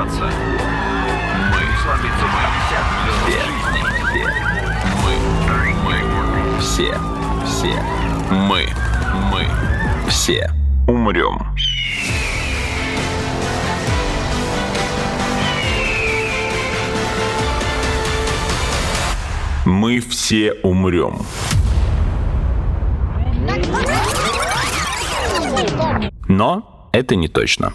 развиваться. Мы сломиться мы все умрем. Мы все умрем. Но это не точно.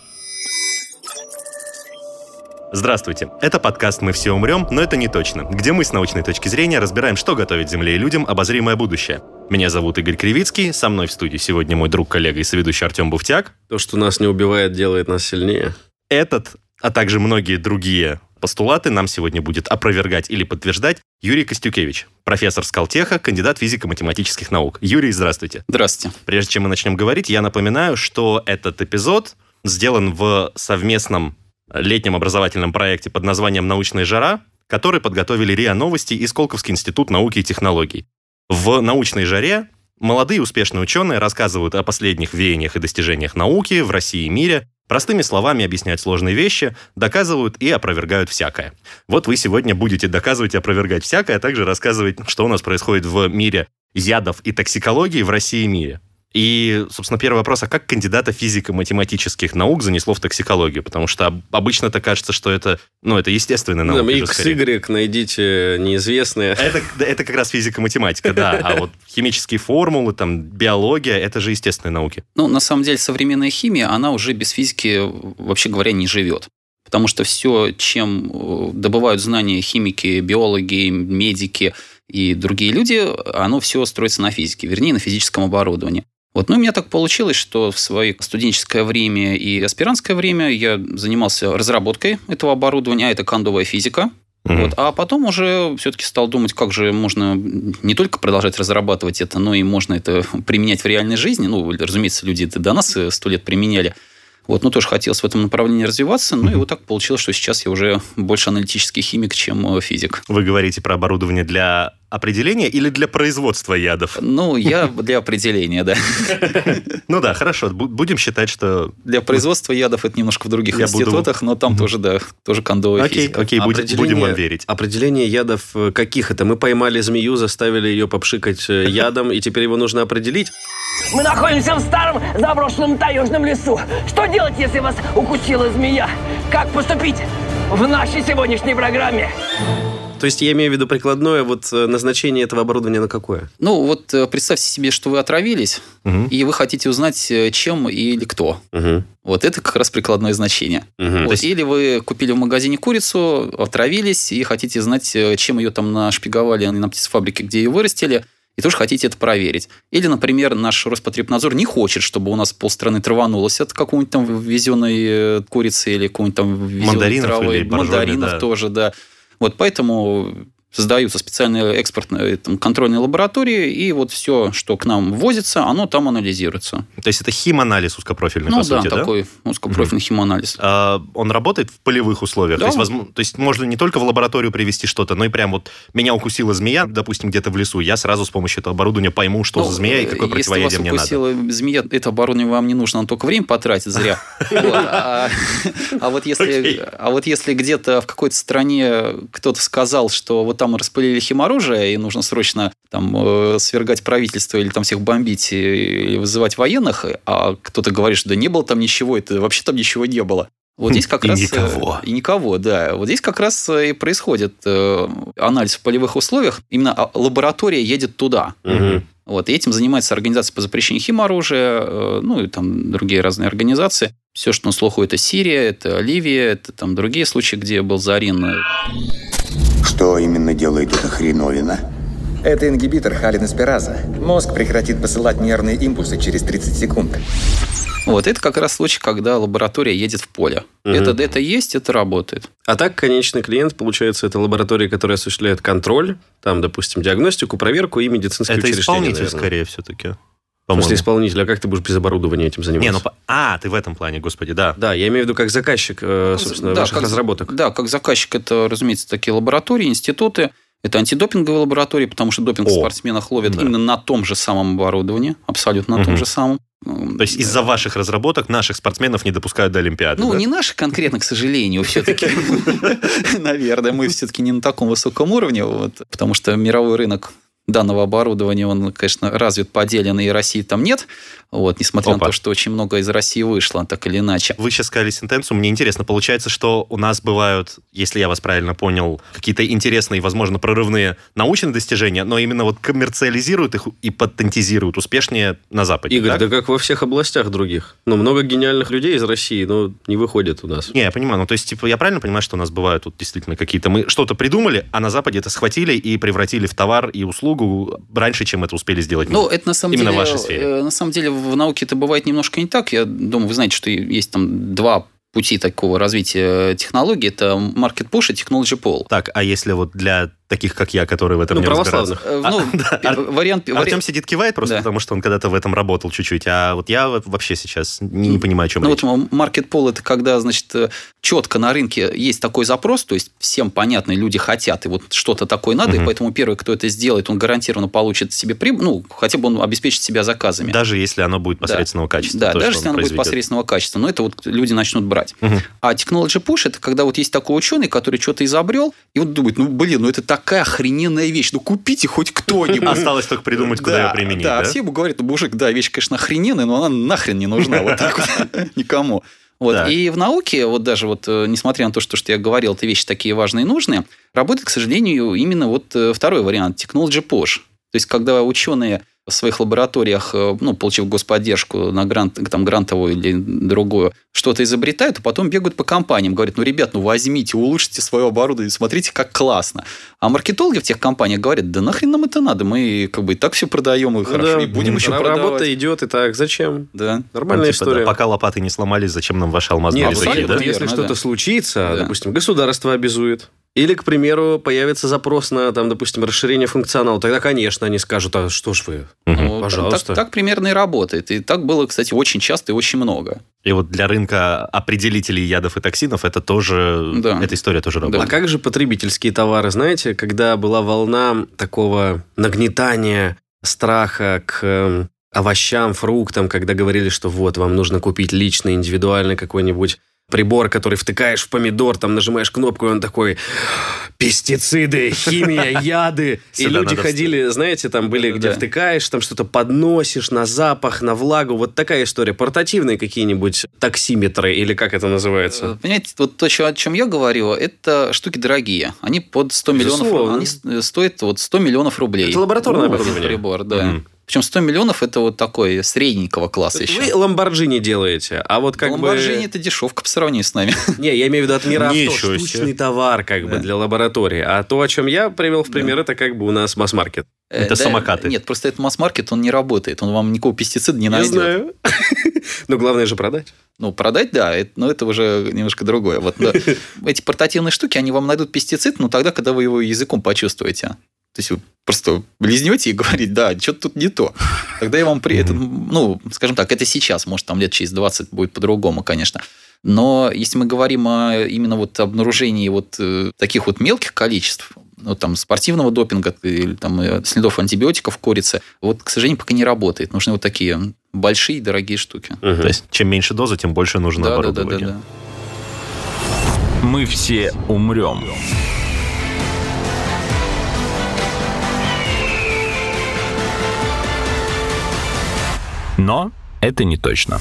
Здравствуйте. Это подкаст «Мы все умрем, но это не точно», где мы с научной точки зрения разбираем, что готовит Земле и людям обозримое будущее. Меня зовут Игорь Кривицкий, со мной в студии сегодня мой друг, коллега и соведущий Артем Буфтяк. То, что нас не убивает, делает нас сильнее. Этот, а также многие другие постулаты нам сегодня будет опровергать или подтверждать Юрий Костюкевич, профессор Скалтеха, кандидат физико-математических наук. Юрий, здравствуйте. Здравствуйте. Прежде чем мы начнем говорить, я напоминаю, что этот эпизод сделан в совместном летнем образовательном проекте под названием «Научная жара», который подготовили РИА Новости и Сколковский институт науки и технологий. В «Научной жаре» молодые успешные ученые рассказывают о последних веяниях и достижениях науки в России и мире, простыми словами объясняют сложные вещи, доказывают и опровергают всякое. Вот вы сегодня будете доказывать и опровергать всякое, а также рассказывать, что у нас происходит в мире ядов и токсикологии в России и мире. И, собственно, первый вопрос, а как кандидата физико-математических наук занесло в токсикологию? Потому что обычно-то кажется, что это естественная наука. X, Y найдите неизвестные. Это как раз физика-математика, да. А вот химические формулы, там, биология, это же естественные науки. На самом деле, современная химия, она уже без физики, вообще говоря, не живет. Потому что все, чем добывают знания химики, биологи, медики и другие люди, оно все строится на физике, вернее, на физическом оборудовании. У меня так получилось, что в свое студенческое время и аспирантское время я занимался разработкой этого оборудования, а это кондовая физика. А потом уже все-таки стал думать, как же можно не только продолжать разрабатывать это, но и можно это применять в реальной жизни. Разумеется, люди это до нас 100 лет применяли. Тоже хотелось в этом направлении развиваться. И вот так получилось, что сейчас я уже больше аналитический химик, чем физик. Вы говорите про оборудование для определения или для производства ядов? Я для определения, да. Да, хорошо. Будем считать, что... Для производства ядов это немножко в других институтах, но там тоже кондовая физика. Окей, будем вам верить. Определение ядов каких это? Мы поймали змею, заставили ее попшикать ядом, и теперь его нужно определить? Мы находимся в старом заброшенном таежном лесу. Что делать, если вас укусила змея? Как поступить в нашей сегодняшней программе? То есть я имею в виду прикладное, назначение этого оборудования на какое? Представьте себе, что вы отравились, и вы хотите узнать, чем или кто. Это как раз прикладное значение. Или вы купили в магазине курицу, отравились, и хотите знать, чем ее там нашпиговали на птицефабрике, где ее вырастили, и тоже хотите это проверить. Или, например, наш Роспотребнадзор не хочет, чтобы у нас полстраны траванулось от какой-нибудь там ввезенной курицы или какой-нибудь там ввезенной травы. Или боржоми, мандаринов тоже, да. Поэтому создаются специальные экспортные контрольные лаборатории, и все, что к нам ввозится, оно там анализируется. То есть это химанализ узкопрофильный, по сути, да? Такой узкопрофильный химанализ. Он работает в полевых условиях? Да. То есть можно не только в лабораторию привезти что-то, но и прям меня укусила змея, допустим, где-то в лесу, я сразу с помощью этого оборудования пойму, что за змея и какое противоядие мне надо. Если вас укусила змея, это оборудование вам не нужно, оно только время потратит зря. Если где-то в какой-то стране кто-то сказал, что там распылили химоружие, и нужно срочно свергать правительство или там всех бомбить или вызывать военных, а кто-то говорит, что да не было там ничего, это вообще там ничего не было. Здесь как раз... И никого, да. Здесь как раз и происходит анализ в полевых условиях. Именно лаборатория едет туда. И этим занимается Организация по запрещению химоружия, и там другие разные организации. Все, что на слуху, это Сирия, это Ливия, это там другие случаи, где был зарин. Что именно делает эта хреновина? Это ингибитор холинэспераза. Мозг прекратит посылать нервные импульсы через 30 секунд. Это как раз случай, когда лаборатория едет в поле. Это есть, это работает. А так, конечный клиент, получается, это лаборатория, которая осуществляет контроль, там, допустим, диагностику, проверку и медицинские учреждения. Это исполнитель, скорее, все-таки. После исполнителя, а как ты будешь без оборудования этим заниматься? Ты в этом плане, господи, да. Да, я имею в виду как заказчик, собственно, ваших разработок. Да, как заказчик, это, разумеется, такие лаборатории, институты. Это антидопинговые лаборатории, потому что допинг в спортсменах ловят именно на том же самом оборудовании, абсолютно на том же самом. То есть из-за ваших разработок наших спортсменов не допускают до Олимпиады? Ну, да? не наших конкретно, к сожалению, все-таки. Наверное, мы все-таки не на таком высоком уровне, потому что мировой рынок данного оборудования, он, конечно, развит, поделен, и России там нет, несмотря на то, что очень много из России вышло, так или иначе. Вы сейчас сказали сентенцию, мне интересно, получается, что у нас бывают, если я вас правильно понял, какие-то интересные, возможно, прорывные научные достижения, но именно коммерциализируют их и патентизируют успешнее на Западе. Игорь, так? да как во всех областях других. Много гениальных людей из России, но не выходит у нас. Не, я понимаю, то есть, я правильно понимаю, что у нас бывают действительно какие-то... Мы что-то придумали, а на Западе это схватили и превратили в товар и услугу раньше, чем это успели сделать мы. Это на самом именно деле, в вашей сфере. На самом деле в науке это бывает немножко не так. Я думаю, вы знаете, что есть там два пути такого развития технологий. Это market push и technology pull. Так, а если для таких, как я, которые в этом не разбираются? Вариант... Артем сидит, кивает просто, потому что он когда-то в этом работал чуть-чуть, а я вообще сейчас не понимаю, о чем речь. Market pull – это когда, значит, четко на рынке есть такой запрос, то есть всем понятно, люди хотят, и что-то такое надо, и поэтому первый, кто это сделает, он гарантированно получит себе прибыль, хотя бы он обеспечит себя заказами. Даже если оно будет посредственного качества. Да, даже если оно будет посредственного качества, но это люди начнут брать. А technology push – это когда есть такой ученый, который что-то изобрел, и думает, это такая охрененная вещь, купите хоть кто-нибудь. Осталось только придумать, куда ее применить. Да, все ему говорят, мужик, вещь, конечно, охрененная, но она нахрен не нужна вот так вот никому. И в науке, даже несмотря на то, что я говорил, это вещи такие важные и нужные, работает, к сожалению, именно второй вариант – technology push. То есть, когда ученые в своих лабораториях, получив господдержку на грантовую или другую, что-то изобретают, а потом бегают по компаниям, говорят, ребят, возьмите, улучшите свое оборудование, смотрите, как классно. А маркетологи в тех компаниях говорят, да нахрен нам это надо, мы и так все продаем, и хорошо, и будем еще продавать. Работа идет, и так, зачем? Да. Нормальная история. Пока лопаты не сломались, зачем нам ваши алмазные языки? Если что-то случится, допустим, государство обязует, или, к примеру, появится запрос на, допустим, расширение функционала, тогда, конечно, они скажут, а что ж вы, пожалуйста. Так примерно и работает. И так было, кстати, очень часто и очень много. И для рынка определителей ядов и токсинов эта история тоже работает. А как же потребительские товары? Знаете, когда была волна такого нагнетания страха к овощам, фруктам, когда говорили, что вам нужно купить личный, индивидуальный какой-нибудь прибор, который втыкаешь в помидор, нажимаешь кнопку, и он такой: пестициды, химия, яды. И люди ходили, знаете, были, где втыкаешь, что-то подносишь на запах, на влагу. Вот такая история. Портативные какие-нибудь токсиметры, или как это называется? Понимаете, то, о чем я говорю, это штуки дорогие. Они под 100 миллионов, они стоят 100 миллионов рублей. Это лабораторное оборудование. Прибор, да. Причем 100 миллионов – это такой средненького класса еще. Вы Ламборджини делаете, а Ламборджини – это дешевка по сравнению с нами. Не, я имею в виду от мира авто, штучный товар для лаборатории. А то, о чем я привел в пример, это у нас масс-маркет. Это самокаты. Нет, просто этот масс-маркет, он не работает. Он вам никакого пестицида не найдет. Я знаю. Но главное же продать. Продать, да, но это уже немножко другое. Эти портативные штуки, они вам найдут пестицид, тогда, когда вы его языком почувствуете. То есть вы просто лизнете и говорите, да, что-то тут не то. Тогда я вам скажем так, это сейчас, может, лет через 20 будет по-другому, конечно. Но если мы говорим именно обнаружении таких мелких количеств, спортивного допинга или следов антибиотиков в курице, к сожалению, пока не работает. Нужны такие большие дорогие штуки. То есть, чем меньше доза, тем больше нужно оборудование. Да. Мы все умрем. Но это не точно.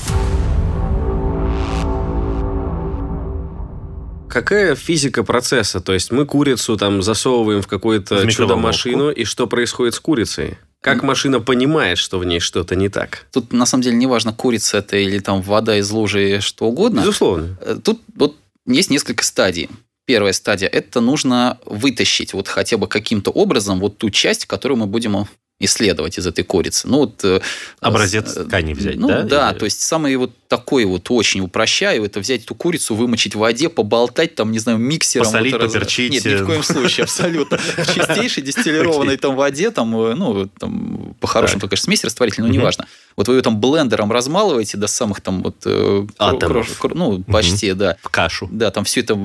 Какая физика процесса? То есть мы курицу засовываем в какую-то чудо-машину, и что происходит с курицей? Как машина понимает, что в ней что-то не так? Тут, на самом деле, неважно, курица это или вода из лужи, что угодно. Безусловно. Тут есть несколько стадий. Первая стадия – это нужно вытащить хотя бы каким-то образом ту часть, которую мы будем исследовать из этой курицы. Образец ткани взять, да? Да, то есть самый такой очень упрощаю, это взять эту курицу, вымочить в воде, поболтать миксером. Посолить, поперчить. Нет, ни в коем случае, абсолютно. В чистейшей дистиллированной воде, по-хорошему, конечно, смесь растворитель, но неважно. Вы ее блендером размалываете до самых атомов. Почти, да. В кашу. Да, все это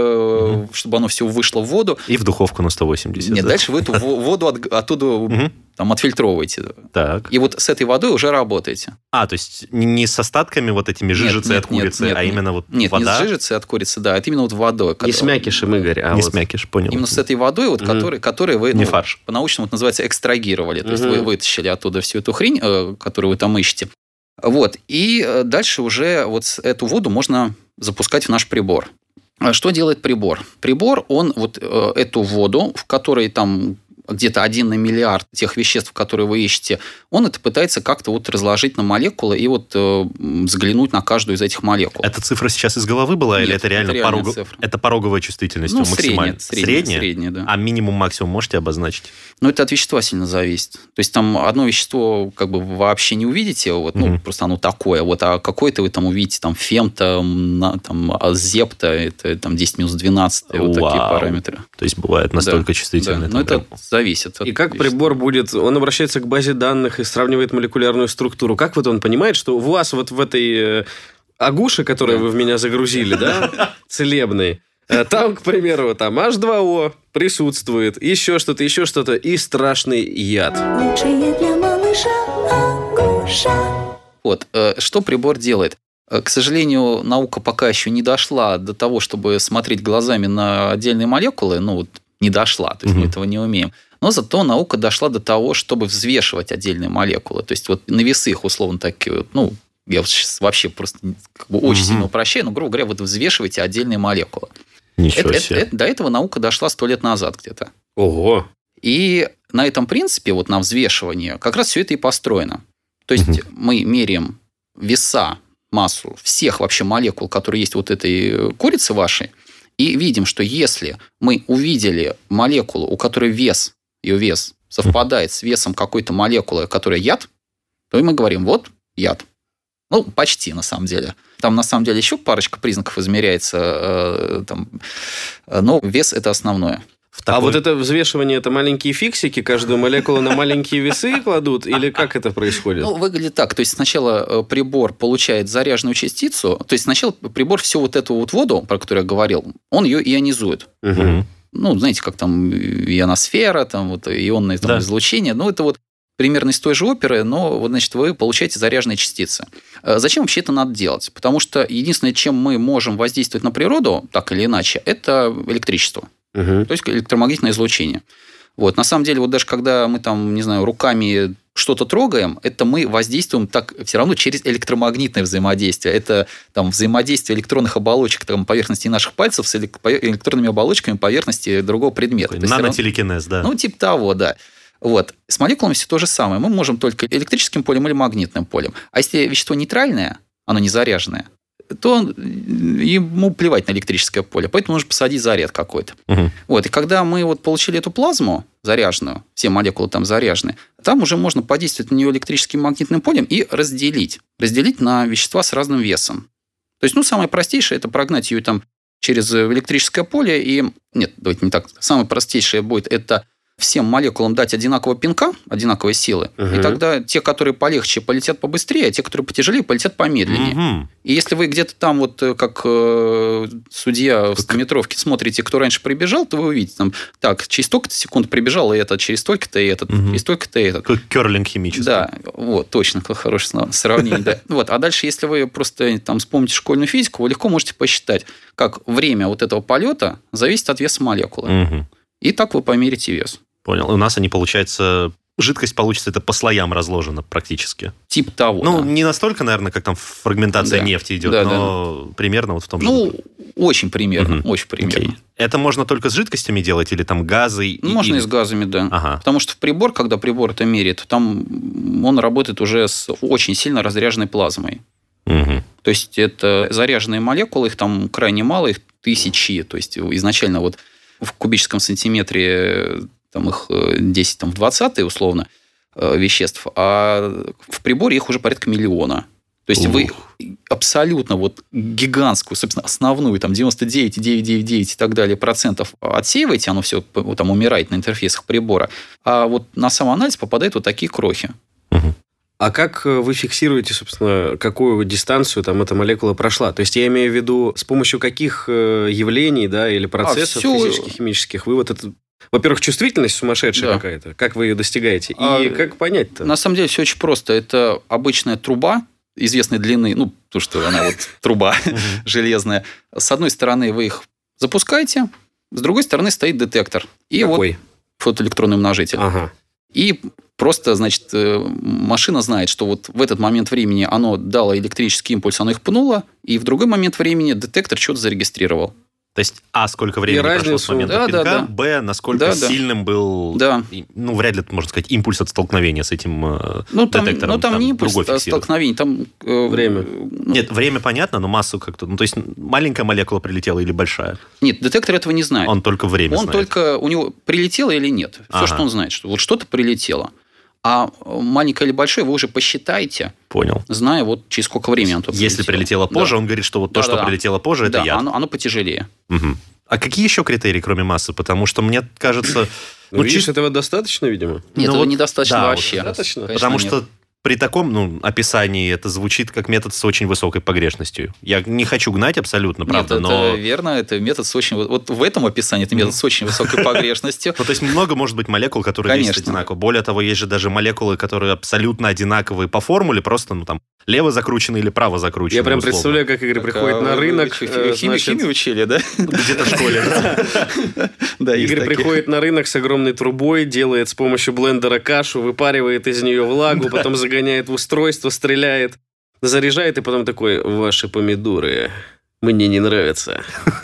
трясете, чтобы оно все вышло в воду. И в духовку на 180. Нет, дальше вы эту воду оттуда там отфильтровываете. Так. И вот с этой водой уже работаете. То есть не с остатками вот этими жижицей от курицы, а именно вот нет, вода? Нет, не с жижицей от курицы, да, это именно вот водой. Не с мякишем, Игорь, не с мякиш, понял. Именно с этой водой, вот, которой вы, не фарш. По-научному это называется экстрагировали. То есть вы вытащили оттуда всю эту хрень, которую вы там ищете. Вот. И дальше уже вот эту воду можно запускать в наш прибор. Что делает прибор? Прибор, он вот эту воду, в которой там где-то 1 на миллиард тех веществ, которые вы ищете, он это пытается как-то вот разложить на молекулы и вот взглянуть на каждую из этих молекул. Эта цифра сейчас из головы была? Нет, или это реально это пороговая чувствительность? Максимальная? Средняя, да. А минимум-максимум можете обозначить? Это от вещества сильно зависит. То есть там одно вещество как бы вы вообще не увидите, вот, просто оно такое, вот, а какое-то вы там увидите, там, фемто, там, зепто, это там 10-12, вот такие параметры. То есть бывает настолько чувствительно. Да. Это зависит. И как прибор будет, он обращается к базе данных и сравнивает молекулярную структуру. Как вот он понимает, что у вас вот в этой агуше, которую вы в меня загрузили, да, целебной, там, к примеру, там H2O присутствует, еще что-то, и страшный яд. Лучшее для малыша агуша. Вот, что прибор делает? К сожалению, наука пока еще не дошла до того, чтобы смотреть глазами на отдельные молекулы, не дошла, то есть мы этого не умеем. Но зато наука дошла до того, чтобы взвешивать отдельные молекулы. То есть вот на весы их условно такие, я сейчас вообще просто очень сильно упрощаю, но, грубо говоря, вот взвешиваете отдельные молекулы. Ничего себе. До этого наука дошла 100 лет назад где-то. Ого! И на этом принципе, вот на взвешивании, как раз все это и построено. То есть мы меряем веса, массу всех вообще молекул, которые есть вот этой курицы вашей, и видим, что если мы увидели молекулу, у которой ее вес совпадает с весом какой-то молекулы, которая яд, то мы говорим, вот яд. Почти, на самом деле. Там, на самом деле, еще парочка признаков измеряется, но вес – это основное. А вот это взвешивание, это маленькие фиксики, каждую молекулу на маленькие весы кладут? Или как это происходит? Выглядит так. То есть, сначала прибор получает заряженную частицу. То есть, сначала прибор всю вот эту вот воду, про которую я говорил, он ее ионизует. Знаете, как там ионосфера, там вот ионное излучение. Это вот примерно из той же оперы, но вы получаете заряженные частицы. Зачем вообще это надо делать? Потому что единственное, чем мы можем воздействовать на природу, так или иначе, это электричество. То есть электромагнитное излучение. На самом деле, даже когда мы там, не знаю, руками что-то трогаем, это мы воздействуем так все равно через электромагнитное взаимодействие. Это там взаимодействие электронных оболочек поверхности наших пальцев с электронными оболочками поверхности другого предмета. Нанотелекинез, да. Типа того, да. С молекулами все то же самое. Мы можем только электрическим полем или магнитным полем. А если вещество нейтральное, оно не заряженное, то ему плевать на электрическое поле. Поэтому нужно посадить заряд какой-то. И когда мы получили эту плазму заряженную, все молекулы там заряжены, там уже можно подействовать на нее электрическим магнитным полем и разделить. Разделить на вещества с разным весом. То есть, самое простейшее – это прогнать ее там через электрическое поле. Нет, давайте не так. Самое простейшее будет – это всем молекулам дать одинакового пинка, одинаковой силы, и тогда те, которые полегче, полетят побыстрее, а те, которые потяжелее, полетят помедленнее. И если вы где-то там, как судья в стометровке, смотрите, кто раньше прибежал, то вы увидите, так, через столько-то секунд прибежал и этот, через столько-то и этот, через столько-то и этот. Как керлинг химический. Да, точно, хорошее сравнение. Да. А дальше, если вы просто вспомните школьную физику, вы легко можете посчитать, как время этого полета зависит от веса молекулы. И так вы померите вес. Понял. У нас жидкость получится, это по слоям разложено практически. Типа того, не настолько, наверное, как там фрагментация нефти идет, но примерно в том же. Очень примерно, очень примерно. Okay. Это можно только с жидкостями делать или там газы? Можно и с газами, да. Потому что когда прибор это меряет, там он работает уже с очень сильно разряженной плазмой. То есть, это заряженные молекулы, их там крайне мало, их тысячи. То есть, изначально в кубическом сантиметре там их 10 в 20 условно веществ, а в приборе их уже порядка миллиона. То есть вы абсолютно гигантскую, собственно, основную, 99,999 и так далее процентов отсеиваете, оно все там умирает на интерфейсах прибора, а на самоанализ попадают такие крохи. А как вы фиксируете, собственно, какую дистанцию эта молекула прошла? То есть, я имею в виду, с помощью каких явлений, или процессов физических, химических вы это Во-первых, чувствительность сумасшедшая какая-то. Как вы ее достигаете? И как понять-то? На самом деле все очень просто. Это обычная труба известной длины, ну, то, что она вот труба железная. С одной стороны вы их запускаете, с другой стороны стоит детектор. И какой? Вот фотоэлектронный умножитель. Ага. И просто, значит, машина знает, что вот в этот момент времени оно дало электрический импульс, оно их пнуло, и в другой момент времени детектор что-то зарегистрировал. То есть, сколько времени прошло с момента пинка, б, насколько сильным был, ну, вряд ли, можно сказать, импульс от столкновения с этим детектором. Ну, там не импульс от столкновения, там время. Нет, время понятно, но массу как-то... Ну, то есть, маленькая молекула прилетела или большая? Нет, детектор этого не знает. Он только время знает. Он только... У него прилетело или нет. Все, что он знает, что вот что-то прилетело. А маленькое или большое вы уже посчитаете, понял, зная вот через сколько времени оно прилетело. Если прилетело позже, он говорит, что вот то, что прилетело позже, это яд. Оно потяжелее. Угу. А какие еще критерии, кроме массы? Потому что мне кажется... Ну, видишь, этого достаточно, видимо? Нет, этого недостаточно вообще. Потому что при таком описании это звучит как метод с очень высокой погрешностью. Я не хочу гнать абсолютно, правда, Нет, это верно, это метод с очень... Вот в этом описании это метод с очень высокой погрешностью. Ну, то есть, много может быть молекул, которые весят одинаково. Более того, есть же даже молекулы, которые абсолютно одинаковые по формуле, просто, ну, там, лево закручены или право закручены. Я прям представляю, как Игорь приходит на рынок. Химию учили, да? Где-то в школе. Игорь приходит на рынок с огромной трубой, делает с помощью блендера кашу, выпаривает из нее влагу, потом загоняет в устройство, стреляет, заряжает, и потом такой: ваши помидоры мне не нравятся.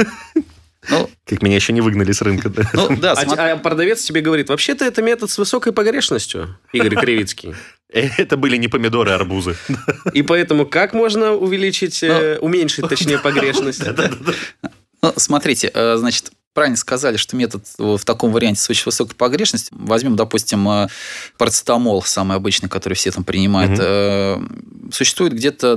Как меня еще не выгнали с рынка. Да? Ну, да, а продавец тебе говорит: вообще-то это метод с высокой погрешностью, Игорь Кривицкий. Это были не помидоры, а арбузы. И поэтому как можно уменьшить, точнее, погрешность? Ну, смотрите, значит, правильно сказали, что метод в таком варианте с очень высокой погрешностью. Возьмем, допустим, парацетамол, самый обычный, который все там принимают. Существует где-то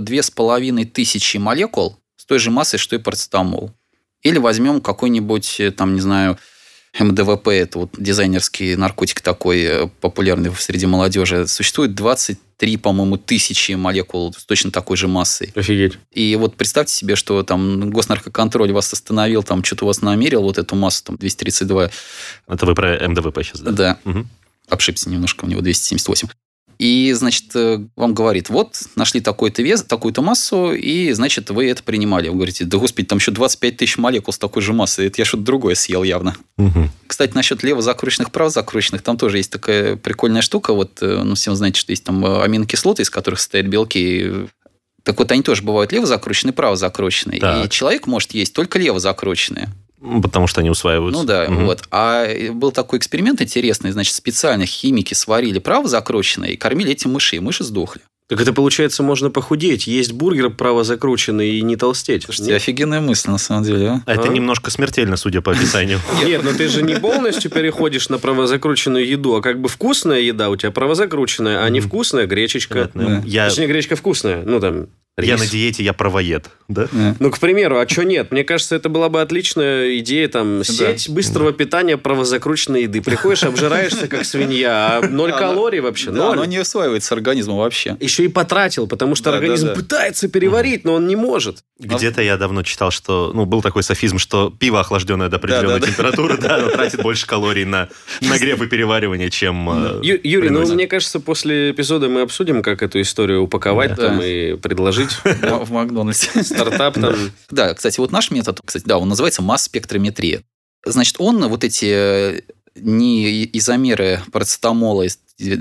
2500 молекул с той же массой, что и парацетамол. Или возьмем какой-нибудь, там, не знаю, МДВП, это вот дизайнерский наркотик такой популярный среди молодежи. Существует 23, по-моему, тысячи молекул с точно такой же массой. Офигеть. И вот представьте себе, что там госнаркоконтроль вас остановил, там что-то у вас намерил, вот эту массу, там, 232. Это вы про МДВП сейчас, да? Да. Угу. Обшибся немножко, у него 278. И, значит, вам говорит: вот, нашли такой-то вес, такую-то массу, и, значит, вы это принимали. Вы говорите: да, господи, там еще 25 тысяч молекул с такой же массой. Это я что-то другое съел явно. Угу. Кстати, насчет левозакрученных, правозакрученных, там тоже есть такая прикольная штука. Вот, ну, все вы знаете, что есть там аминокислоты, из которых состоят белки. Так вот, они тоже бывают левозакрученные, правозакрученные. Так. И человек может есть только левозакрученные. Потому что они усваиваются. Ну да, вот. А был такой эксперимент интересный, значит, специально химики сварили правозакрученные и кормили этим мышей, мыши сдохли. Так это, получается, можно похудеть, есть бургер правозакрученный и не толстеть. Слушайте, офигенная мысль, на самом деле. Это немножко смертельно, судя по описанию. Нет, но ты же не полностью переходишь на правозакрученную еду, а как бы вкусная еда у тебя правозакрученная, а не вкусная гречечка. Точнее, гречка вкусная, ну там... Я на диете, я правоед, да? Ну, к примеру, а что нет? Мне кажется, это была бы отличная идея, там, сеть быстрого питания правозакрученной еды. Приходишь, обжираешься, как свинья, а 0 калорий вообще, 0. Да, оно не усваивается организмом вообще. Еще и потратил, потому что организм пытается переварить, но он не может. Где-то я давно читал, что, ну, был такой софизм, что пиво, охлажденное до определенной температуры, оно тратит больше калорий на нагрев и переваривание, чем... Юрий, ну, мне кажется, после эпизода мы обсудим, как эту историю упаковать там и предложить. В Макдональдсе. Стартап там. Да, кстати, вот наш метод, он называется масс-спектрометрия. Значит, он вот эти ни изомеры парацетамола из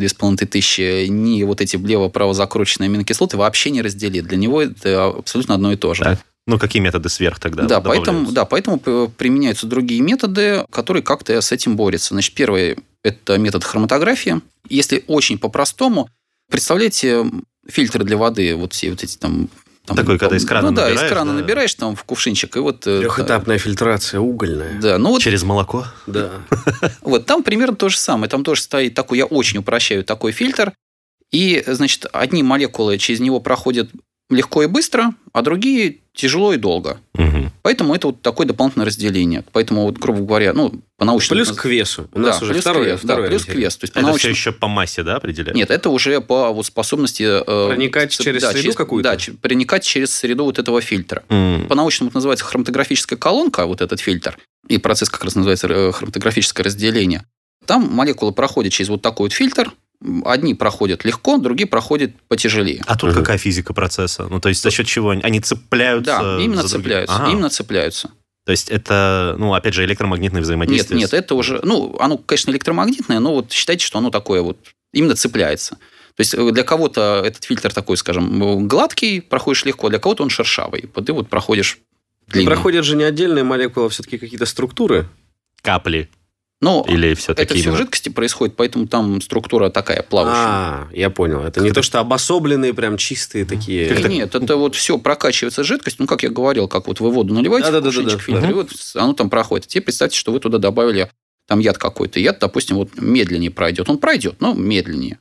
2500, ни вот эти лево-право-закрученные аминокислоты вообще не разделит. Для него это абсолютно одно и то же. Так. Ну, какие методы сверх тогда? Да, поэтому применяются другие методы, которые как-то с этим борются. Значит, первый – это метод хроматографии. Если очень по-простому, представляете, фильтры для воды, вот все вот эти там... Такой, когда из крана набираешь. Ну да, из крана набираешь там в кувшинчик. И вот, трехэтапная фильтрация, угольная. Да, ну вот, через молоко? Да. Вот там примерно то же самое. Там тоже стоит такой, я очень упрощаю, такой фильтр. И, значит, одни молекулы через него проходят легко и быстро, а другие тяжело и долго. Угу. Поэтому это вот такое дополнительное разделение. Поэтому, вот, грубо говоря, по-научному... Плюс к весу. У нас уже плюс второй плюс к весу. То есть, это все еще по массе, да, определяется? Нет, это уже по вот способности... проникать через среду какую-то? Да, проникать через среду вот этого фильтра. По-научному это называется хроматографическая колонка, вот этот фильтр. И процесс как раз называется хроматографическое разделение. Там молекулы проходят через вот такой вот фильтр. Одни проходят легко, другие проходят потяжелее. А тут какая физика процесса? То есть за счет чего? Они цепляются? Да, именно цепляются. Именно цепляются. То есть это, опять же, электромагнитное взаимодействие? Нет, это уже... оно, конечно, электромагнитное, но вот считайте, что оно такое вот именно цепляется. То есть для кого-то этот фильтр такой, скажем, гладкий, проходишь легко, для кого-то он шершавый. Ты вот проходишь длинный. Проходят же не отдельные молекулы, а все-таки какие-то структуры? Капли. Или все-таки это все в жидкости происходит, поэтому там структура такая плавающая. Я понял. Это не то, что обособленные, прям чистые такие. Нет, это вот все прокачивается жидкость. Как я говорил, как вот вы воду наливаете в кувшинчик фильтр, и вот оно там проходит. Теперь представьте, что вы туда добавили там яд какой-то. Яд, допустим, вот медленнее пройдет. Он пройдет, но медленнее.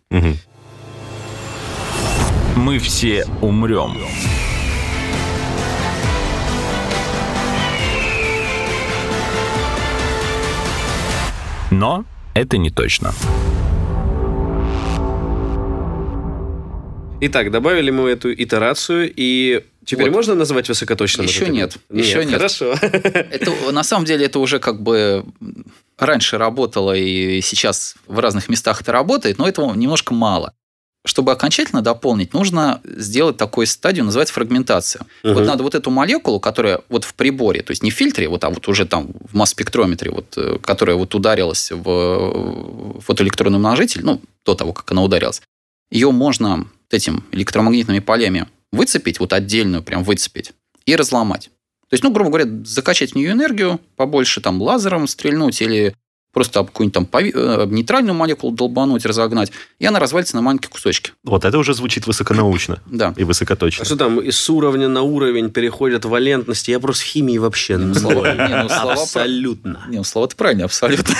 Мы все умрем. Но это не точно. Итак, добавили мы эту итерацию, и теперь можно назвать высокоточным? Еще нет. Еще нет. Хорошо. Это, на самом деле это уже как бы раньше работало, и сейчас в разных местах это работает, но этого немножко мало. Чтобы окончательно дополнить, нужно сделать такую стадию, называется фрагментация. Вот надо вот эту молекулу, которая вот в приборе, то есть не в фильтре, а вот уже там в масс-спектрометре, которая вот ударилась в фотоэлектронный умножитель, до того, как она ударилась, ее можно этим электромагнитными полями выцепить, вот отдельную прям выцепить, и разломать. То есть, грубо говоря, закачать в нее энергию побольше, там лазером стрельнуть или просто какую-нибудь там нейтральную молекулу долбануть, разогнать, и она развалится на маленькие кусочки. Вот это уже звучит высоконаучно. Да. И высокоточно. А что там, с уровня на уровень переходят валентности? Я просто в химии вообще абсолютно. Слова-то правильно, абсолютно.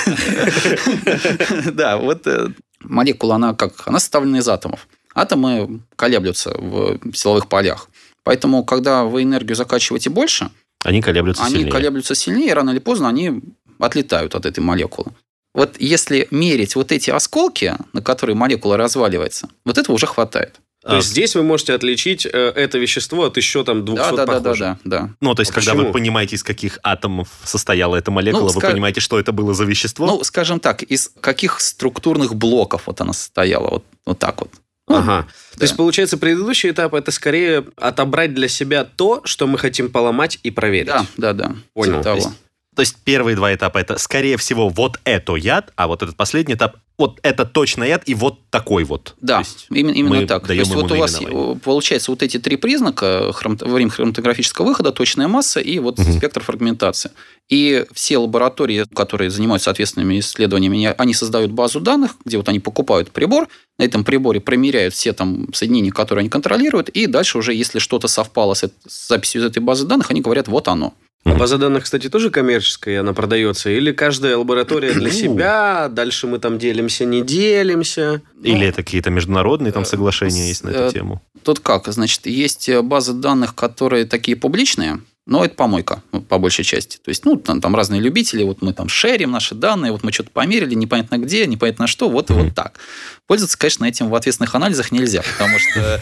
Да, вот молекула, она составлена из атомов. Атомы колеблются в силовых полях. Поэтому, когда вы энергию закачиваете больше, они колеблются сильнее, и рано или поздно они отлетают от этой молекулы. Вот если мерить вот эти осколки, на которые молекула разваливается, вот этого уже хватает. То есть здесь вы можете отличить это вещество от еще там 200 похожих. Да. То есть, когда вы понимаете, из каких атомов состояла эта молекула, вы понимаете, что это было за вещество? Скажем так, из каких структурных блоков вот она состояла, вот так вот. Ага. То есть, получается, предыдущий этап – это скорее отобрать для себя то, что мы хотим поломать и проверить. Да. Понял. То есть первые два этапа – это, скорее всего, вот это яд, а вот этот последний этап – вот это точно яд, и вот такой вот. Да, именно так. То есть вот у вас получается вот эти три признака во время хроматографического выхода, точная масса и вот спектр фрагментации. И все лаборатории, которые занимаются соответственными исследованиями, они создают базу данных, где вот они покупают прибор, на этом приборе промеряют все там соединения, которые они контролируют, и дальше уже, если что-то совпало с записью из этой базы данных, они говорят, вот оно. А база данных, кстати, тоже коммерческая, она продается? Или каждая лаборатория для себя, дальше мы там делимся, не делимся? Или это какие-то международные там соглашения есть на эту тему? Тут как? Значит, есть базы данных, которые такие публичные, но это помойка, по большей части. То есть, там разные любители, вот мы там шерим наши данные, вот мы что-то померили, непонятно где, непонятно что, вот так. Пользоваться, конечно, этим в ответственных анализах нельзя, потому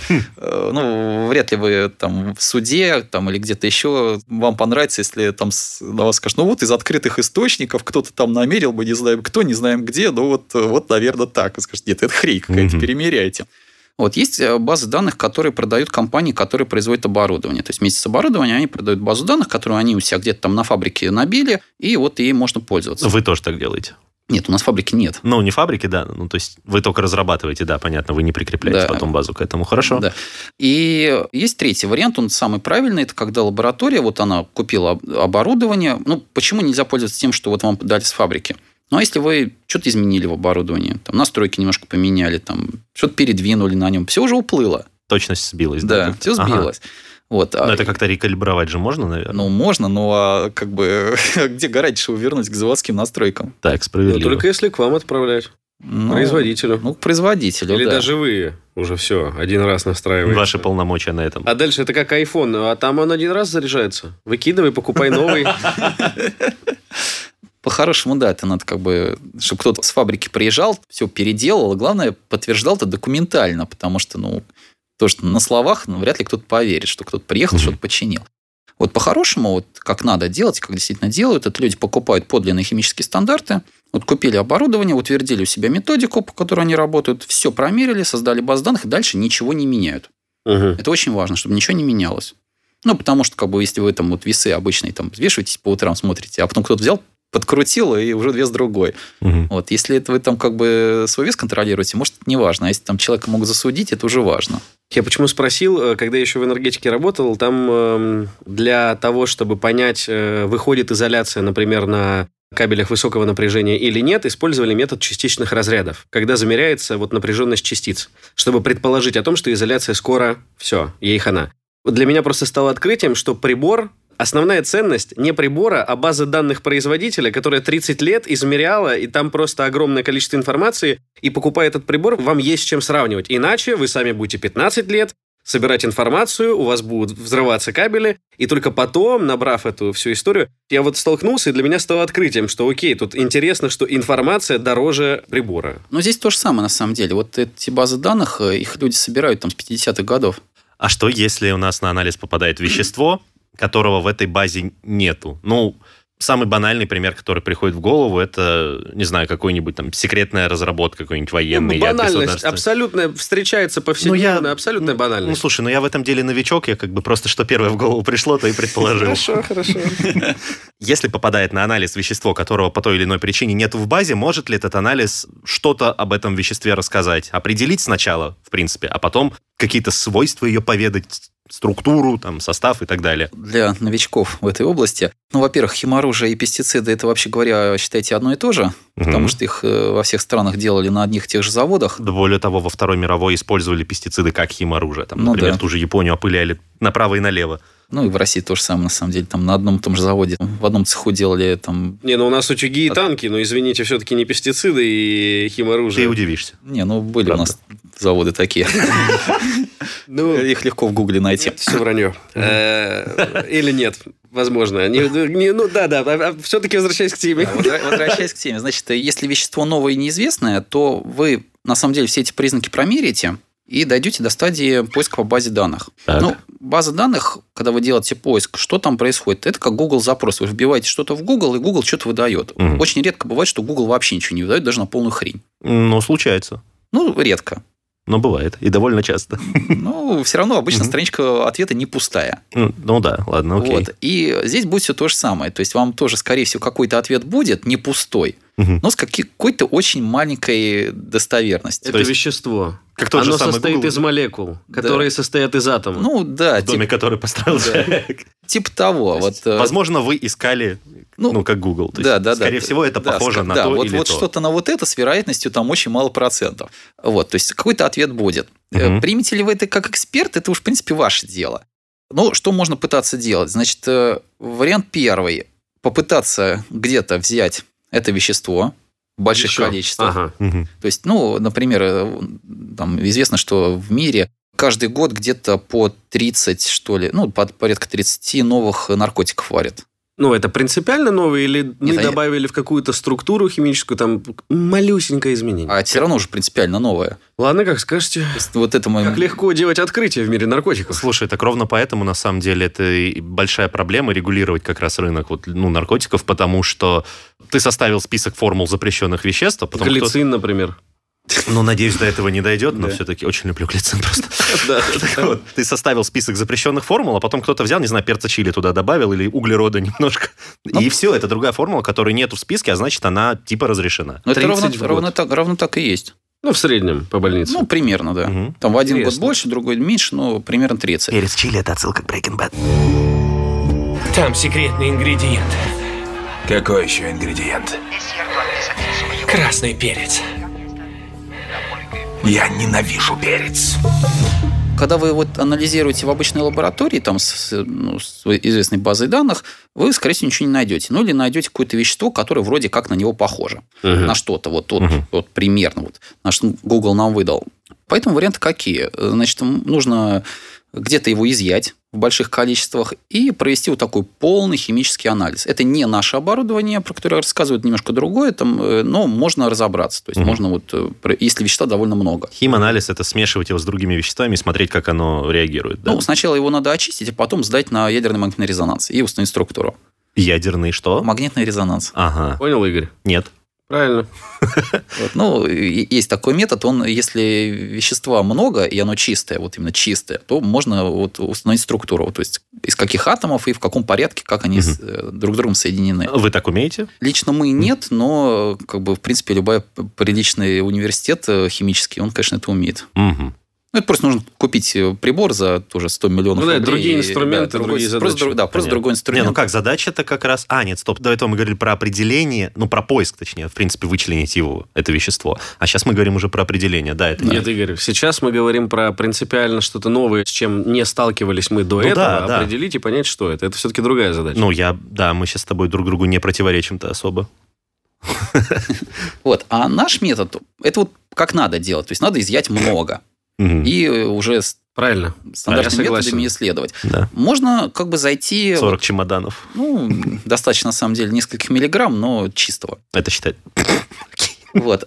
что, вряд ли вы там в суде там, или где-то еще вам понравится, если там на вас скажут, вот из открытых источников кто-то там намерил бы, не знаем кто, не знаем где, вот, наверное, так. Вы скажете, нет, это хрень какая-то, перемеряйте. Вот есть базы данных, которые продают компании, которые производят оборудование. То есть вместе с оборудованием они продают базу данных, которую они у себя где-то там на фабрике набили, и вот ей можно пользоваться. Вы тоже так делаете? Нет, у нас фабрики нет. Не фабрики, да. То есть вы только разрабатываете, да, понятно, вы не прикрепляете потом базу к этому. Хорошо. Да. И есть третий вариант, он самый правильный, это когда лаборатория, вот она купила оборудование. Почему нельзя пользоваться тем, что вот вам дали с фабрики? А если вы что-то изменили в оборудовании, там настройки немножко поменяли, там что-то передвинули на нем, все уже уплыло. Точность сбилась, да? Да, все сбилось. Вот. Но это как-то рекалибровать же можно, наверное? Можно, но где гарантия, что вернуть к заводским настройкам? Так, справедливо. Только если к вам отправлять. Производителю. Ну, к производителю, Или да. даже вы уже все, один раз настраиваете. Ваши полномочия на этом. А дальше это как iPhone, а там он один раз заряжается. Выкидывай, покупай новый. По-хорошему, да, это надо чтобы кто-то с фабрики приезжал, все переделал, и главное, подтверждал это документально, потому что, то, что на словах, вряд ли кто-то поверит, что кто-то приехал, что-то починил. Вот по-хорошему, вот как надо делать, как действительно делают, это люди покупают подлинные химические стандарты, вот купили оборудование, утвердили у себя методику, по которой они работают, все промерили, создали базу данных, и дальше ничего не меняют. Это очень важно, чтобы ничего не менялось. Потому что, если вы там весы обычные взвешиваетесь по утрам, смотрите, а потом кто-то взял, подкрутил, и уже вес другой. Вот. Если это вы свой вес контролируете, может, это не важно. А если человека могут засудить, это уже важно. Я почему спросил, когда я еще в энергетике работал, там для того, чтобы понять, выходит изоляция, например, на кабелях высокого напряжения или нет, использовали метод частичных разрядов, когда замеряется напряженность частиц, чтобы предположить о том, что изоляция скоро, все, ей хана. Для меня просто стало открытием, что прибор, основная ценность не прибора, а базы данных производителя, которая 30 лет измеряла, и там просто огромное количество информации, и покупая этот прибор, вам есть с чем сравнивать. Иначе вы сами будете 15 лет собирать информацию, у вас будут взрываться кабели, и только потом, набрав эту всю историю, я столкнулся, и для меня стало открытием, что окей, тут интересно, что информация дороже прибора. Но здесь то же самое, на самом деле. Вот эти базы данных, их люди собирают с 50-х годов. А что, если у нас на анализ попадает вещество, которого в этой базе нету? Самый банальный пример, который приходит в голову, это, не знаю, какой-нибудь секретная разработка, какой-нибудь военный. Банальность абсолютно встречается повседневно, абсолютная банальность. Слушай, я в этом деле новичок, я просто что первое в голову пришло, то и предположил. Хорошо. Если попадает на анализ вещество, которого по той или иной причине нету в базе, может ли этот анализ что-то об этом веществе рассказать? Определить сначала, в принципе, а потом какие-то свойства ее поведать, структуру, состав и так далее. Для новичков в этой области, во-первых, химоружие и пестициды, это, вообще говоря, считайте, одно и то же, потому что их во всех странах делали на одних и тех же заводах. Да, более того, во Второй мировой использовали пестициды как химоружие. Например, ту же Японию опыляли направо и налево. И в России то же самое, на самом деле. На одном и том же заводе, в одном цеху делали у нас утюги и танки, но, извините, все-таки не пестициды и химоружие. Ты удивишься. Были у нас заводы такие. Их легко в Гугле найти. Это все вранье. Или нет, возможно. Все-таки возвращаясь к теме. Возвращаясь к теме. Значит, если вещество новое и неизвестное, то вы, на самом деле, все эти признаки промерите и дойдете до стадии поиска по базе данных. База данных, когда вы делаете поиск, что там происходит, это как Google запрос. Вы вбиваете что-то в Google, и Google что-то выдает. Очень редко бывает, что Google вообще ничего не выдает, даже на полную хрень. Случается. Редко. Но бывает. И довольно часто. Все равно обычно страничка ответа не пустая. Да, ладно, окей. И здесь будет все то же самое. То есть, вам тоже, скорее всего, какой-то ответ будет не пустой, но с какой-то очень маленькой достоверностью. Это вещество. Оно состоит из молекул, которые состоят из атомов. В доме, который построил человек. Типа того. Возможно, вы искали, как Google. Скорее всего, это похоже на то или то. Что-то на это с вероятностью очень мало процентов. То есть, какой-то ответ будет. Примете ли вы это как эксперт, это уж, в принципе, ваше дело. Что можно пытаться делать? Значит, вариант первый. Попытаться где-то взять это вещество в больших количествах. То есть, например, известно, что в мире каждый год где-то по 30, что ли, порядка 30 новых наркотиков варят. Это принципиально новые или мы добавили в какую-то структуру химическую, малюсенькое изменение? А все равно уже принципиально новое. Ладно, как скажете. Как легко делать открытие в мире наркотиков. Слушай, так ровно поэтому, на самом деле, это и большая проблема регулировать как раз рынок наркотиков, потому что ты составил список формул запрещенных веществ. Глицин, например. Надеюсь, до этого не дойдет, но все-таки очень люблю глицин просто. Ты составил список запрещенных формул, а потом кто-то взял, не знаю, перца чили туда добавил или углерода немножко. И все, это другая формула, которой нету в списке, а значит, она типа разрешена. Это ровно так и есть. В среднем по больнице. Примерно, да. Там в один год больше, другой меньше, но примерно 30. Перец чили – это отсылка к Breaking Bad. Там секретный ингредиент. Какой еще ингредиент? Красный перец. Я ненавижу перец. когда вы вот анализируете в обычной лаборатории, там, с известной базой данных, вы, скорее всего, ничего не найдете. Ну, или найдете какое-то вещество, которое вроде как на него похоже. На что-то. Вот примерно. Вот, наш Google нам выдал. Поэтому варианты какие? Значит, нужно где-то его изъять в больших количествах и провести вот такой полный химический анализ. Это не наше оборудование, про которое рассказывают, немножко другое, там, но можно разобраться. То есть можно вот, если вещества довольно много. Химанализ – это смешивать его с другими веществами и смотреть, как оно реагирует. Да? Ну, сначала его надо очистить, а потом сдать на ядерный магнитный резонанс и установить структуру. Ядерный что? Магнитный резонанс. Ага. Понял, Игорь? Нет. Правильно. Вот, ну, есть такой метод, если вещества много, и оно чистое, вот именно чистое, то можно вот установить структуру, то есть из каких атомов и в каком порядке, как они друг с другом соединены. Вы так умеете? Лично мы нет, но, в принципе, любой приличный университет химический, он, конечно, это умеет. Ну, это просто нужно купить прибор за тоже 100 миллионов рублей. Другие инструменты, другие задачи. Просто другой инструмент. Ну как, задача-то как раз... нет, стоп, до этого мы говорили про определение, про поиск, точнее, в принципе, вычленить его, это вещество. А сейчас мы говорим уже про определение, да? Это Нет, Игорь, сейчас мы говорим про принципиально что-то новое, с чем не сталкивались мы до этого, определить и понять, что это. Это все-таки другая задача. мы сейчас с тобой друг другу не противоречим-то особо. Вот, а наш метод, это вот как надо делать, то есть надо изъять много. И уже правильно стандартными методами исследовать. Да. Можно зайти... 40 чемоданов. Достаточно, на самом деле, нескольких миллиграмм, но чистого. Это считать. Вот.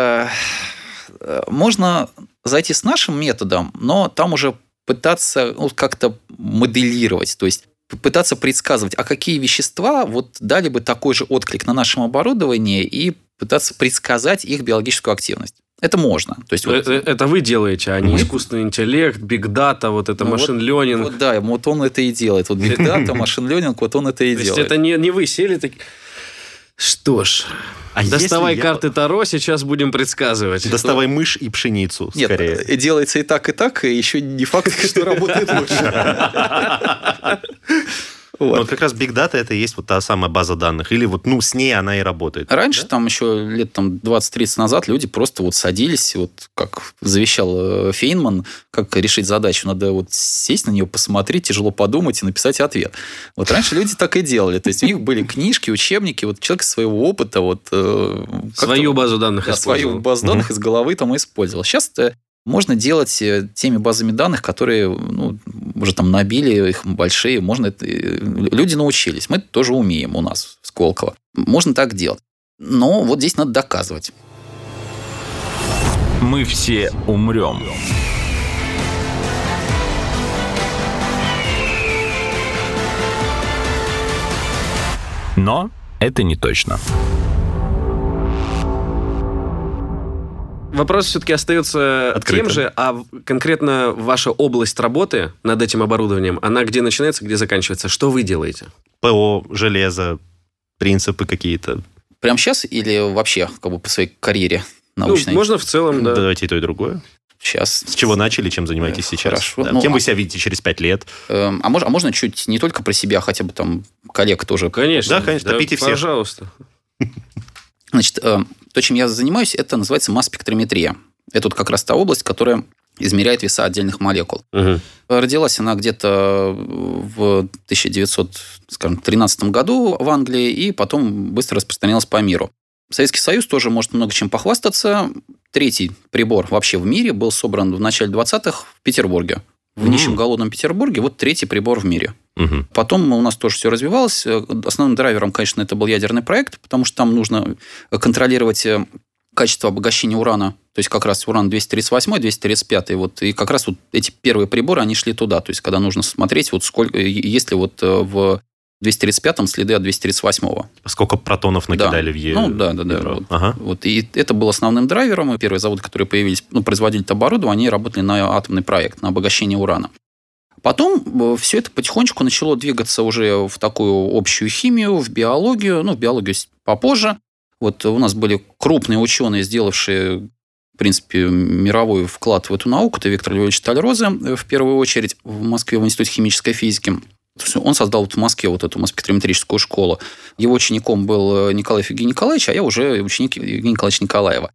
Можно зайти с нашим методом, но там уже пытаться как-то моделировать, то есть пытаться предсказывать, а какие вещества дали бы такой же отклик на нашем оборудовании и пытаться предсказать их биологическую активность. Это можно. То есть, это вы делаете, а не искусственный интеллект, биг-дата, машин-ленинг. Да, он это и делает. Биг-дата, машин-ленинг, он это и делает. То есть, это не вы сели такие... Что ж, доставай карты Таро, сейчас будем предсказывать. Доставай мышь и пшеницу, скорее. Нет, делается и так, и еще не факт, что работает лучше. Вот как раз Big Data это и есть та самая база данных. Или с ней она и работает. Раньше, еще лет 20-30 назад люди просто садились, как завещал Фейнман, как решить задачу. Надо сесть на нее, посмотреть, тяжело подумать и написать ответ. Раньше люди так и делали. То есть, у них были книжки, учебники, человек из своего опыта... свою базу данных использовал. Свою базу данных из головы использовал. Сейчас можно делать теми базами данных, которые уже набили, их большие. Люди научились. Мы тоже умеем у нас в Сколково. Можно так делать. Но здесь надо доказывать. Мы все умрем. Но это не точно. Вопрос все-таки остается открытым. Тем же, а конкретно ваша область работы над этим оборудованием, она где начинается, где заканчивается? Что вы делаете? ПО, железо, принципы какие-то. Прямо сейчас или вообще по своей карьере научной? Можно в целом, да. Давайте и то, и другое. Сейчас. С чего начали, чем занимаетесь сейчас? Хорошо. Да. Кем вы себя видите через 5 лет? А можно чуть не только про себя, хотя бы коллег тоже? Конечно. Да, конечно, топите всех. Пожалуйста. Значит, то, чем я занимаюсь, это называется масс-спектрометрия. Это как раз та область, которая измеряет веса отдельных молекул. Родилась она где-то в 1913 году в Англии и потом быстро распространялась по миру. Советский Союз тоже может много чем похвастаться. Третий прибор вообще в мире был собран в начале 20-х в Петербурге. В нищем голодном Петербурге третий прибор в мире. Потом у нас тоже все развивалось. Основным драйвером, конечно, это был ядерный проект, потому что там нужно контролировать качество обогащения урана. То есть, как раз уран 238, 235. И как раз эти первые приборы, они шли туда. То есть, когда нужно смотреть, сколько, есть ли в 235-м следы от 238-го. Сколько протонов накидали в ядро? Да. И это был основным драйвером. И первые заводы, которые появились, производили это оборудование, они работали на атомный проект, на обогащение урана. Потом все это потихонечку начало двигаться уже в такую общую химию, в биологию. В биологию попозже. У нас были крупные ученые, сделавшие, в принципе, мировой вклад в эту науку. Это Виктор Львович Тальрозе, в первую очередь, в Москве в Институте химической физики. Он создал в Москве эту масс-спектрометрическую школу. Его учеником был Николаев Евгений Николаевич, а я уже ученик Евгения Николаевича Николаева.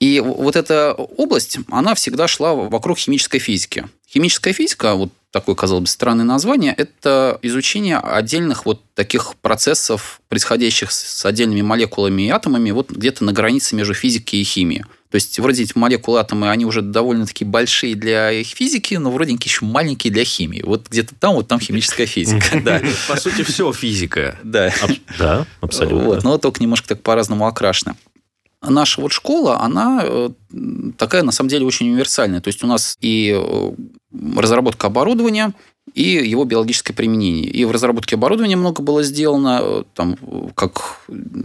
И вот эта область, она всегда шла вокруг химической физики. Химическая физика, вот такое, казалось бы, странное название, это изучение отдельных вот таких процессов, происходящих с отдельными молекулами и атомами, вот где-то на границе между физикой и химией. То есть, вроде эти молекулы, атомы, они уже довольно-таки большие для их физики, но вроде еще маленькие для химии. Вот где-то там, вот там химическая физика. По сути, все физика. Да, абсолютно. Но только немножко так по-разному окрашена. Наша вот школа, она такая, на самом деле, очень универсальная. То есть, у нас и разработка оборудования, и его биологическое применение. И в разработке оборудования много было сделано, там, как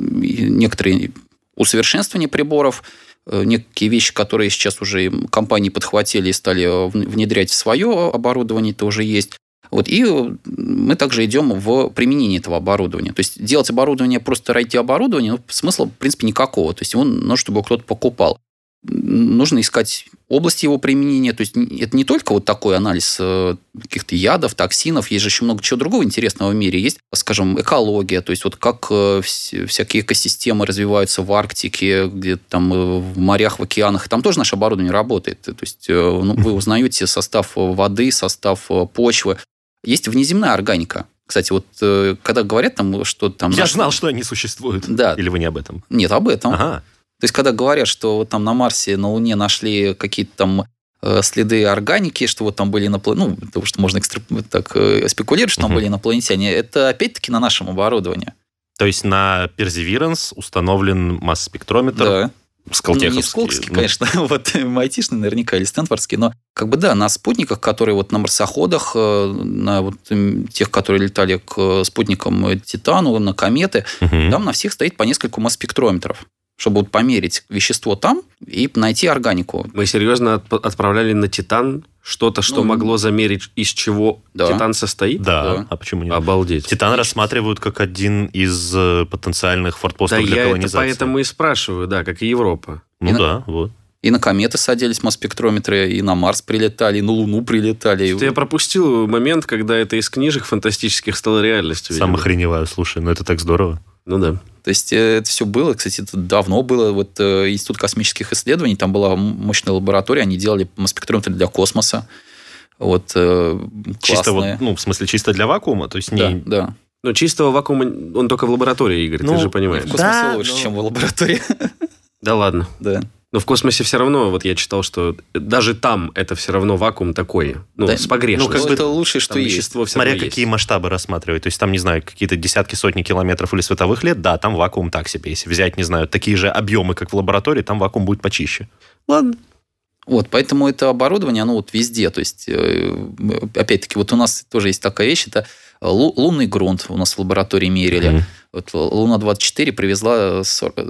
некоторые усовершенствования приборов, некие вещи, которые сейчас уже компании подхватили и стали внедрять в свое оборудование, это уже есть. Вот, и мы также идем в применение этого оборудования. То есть, делать оборудование просто ради оборудования, смысла, в принципе, никакого. То есть, его нужно, чтобы кто-то покупал. Нужно искать области его применения. То есть, это не только вот такой анализ каких-то ядов, токсинов. Есть же еще много чего другого интересного в мире. Есть, скажем, экология. То есть, вот как всякие экосистемы развиваются в Арктике, где там в морях, в океанах. Там тоже наше оборудование работает. То есть, вы узнаете состав воды, состав почвы. Есть внеземная органика. Кстати, вот когда говорят там, что там... Я знал, что они существуют. Да. Или вы не об этом? Нет, об этом. Ага. То есть, когда говорят, что вот там на Марсе, на Луне нашли какие-то там следы органики, что вот там были инопланетяне, потому что можно так спекулировать, что там были инопланетяне, это опять-таки на нашем оборудовании. То есть, на Perseverance установлен масс-спектрометр. Да. Сколтеховский. Не Сколковский, конечно, вот айтишный наверняка или стэнфордский, но как бы да, на спутниках, которые вот на марсоходах, на вот тех, которые летали к спутникам Титану, на кометы, там на всех стоит по нескольку масс-спектрометров, чтобы вот померить вещество там и найти органику. Мы серьезно отправляли на Титан что-то, что могло замерить, из чего Титан состоит? Да. А почему нет? Обалдеть. Титан рассматривают как один из потенциальных фортпостов для колонизации. Да, я это поэтому и спрашиваю, да, как и Европа. Вот. И на кометы садились масс-спектрометры, и на Марс прилетали, и на Луну прилетали. Я пропустил момент, когда это из книжек фантастических стало реальностью. Сам охреневаю, слушай, это так здорово. Ну да. То есть, это все было, кстати, это давно было. Вот Институт космических исследований, там была мощная лаборатория, они делали масс-спектрометры для космоса. Вот, чисто вот, в смысле, чисто для вакуума? То есть Да. Но чистого вакуума он только в лаборатории, Игорь, ты же понимаешь. В космосе лучше, чем в лаборатории. Да ладно. Да. Но в космосе все равно, вот я читал, что даже там это все равно вакуум такой, с погрешностью. Это лучшее, что есть. Смотря какие масштабы рассматривать. То есть, там, не знаю, какие-то десятки, сотни километров или световых лет, да, там вакуум так себе. Если взять, не знаю, такие же объемы, как в лаборатории, там вакуум будет почище. Ладно. Вот, поэтому это оборудование, оно вот везде. То есть, опять-таки, вот у нас тоже есть такая вещь, это лунный грунт у нас в лаборатории мерили. Вот Луна-24 привезла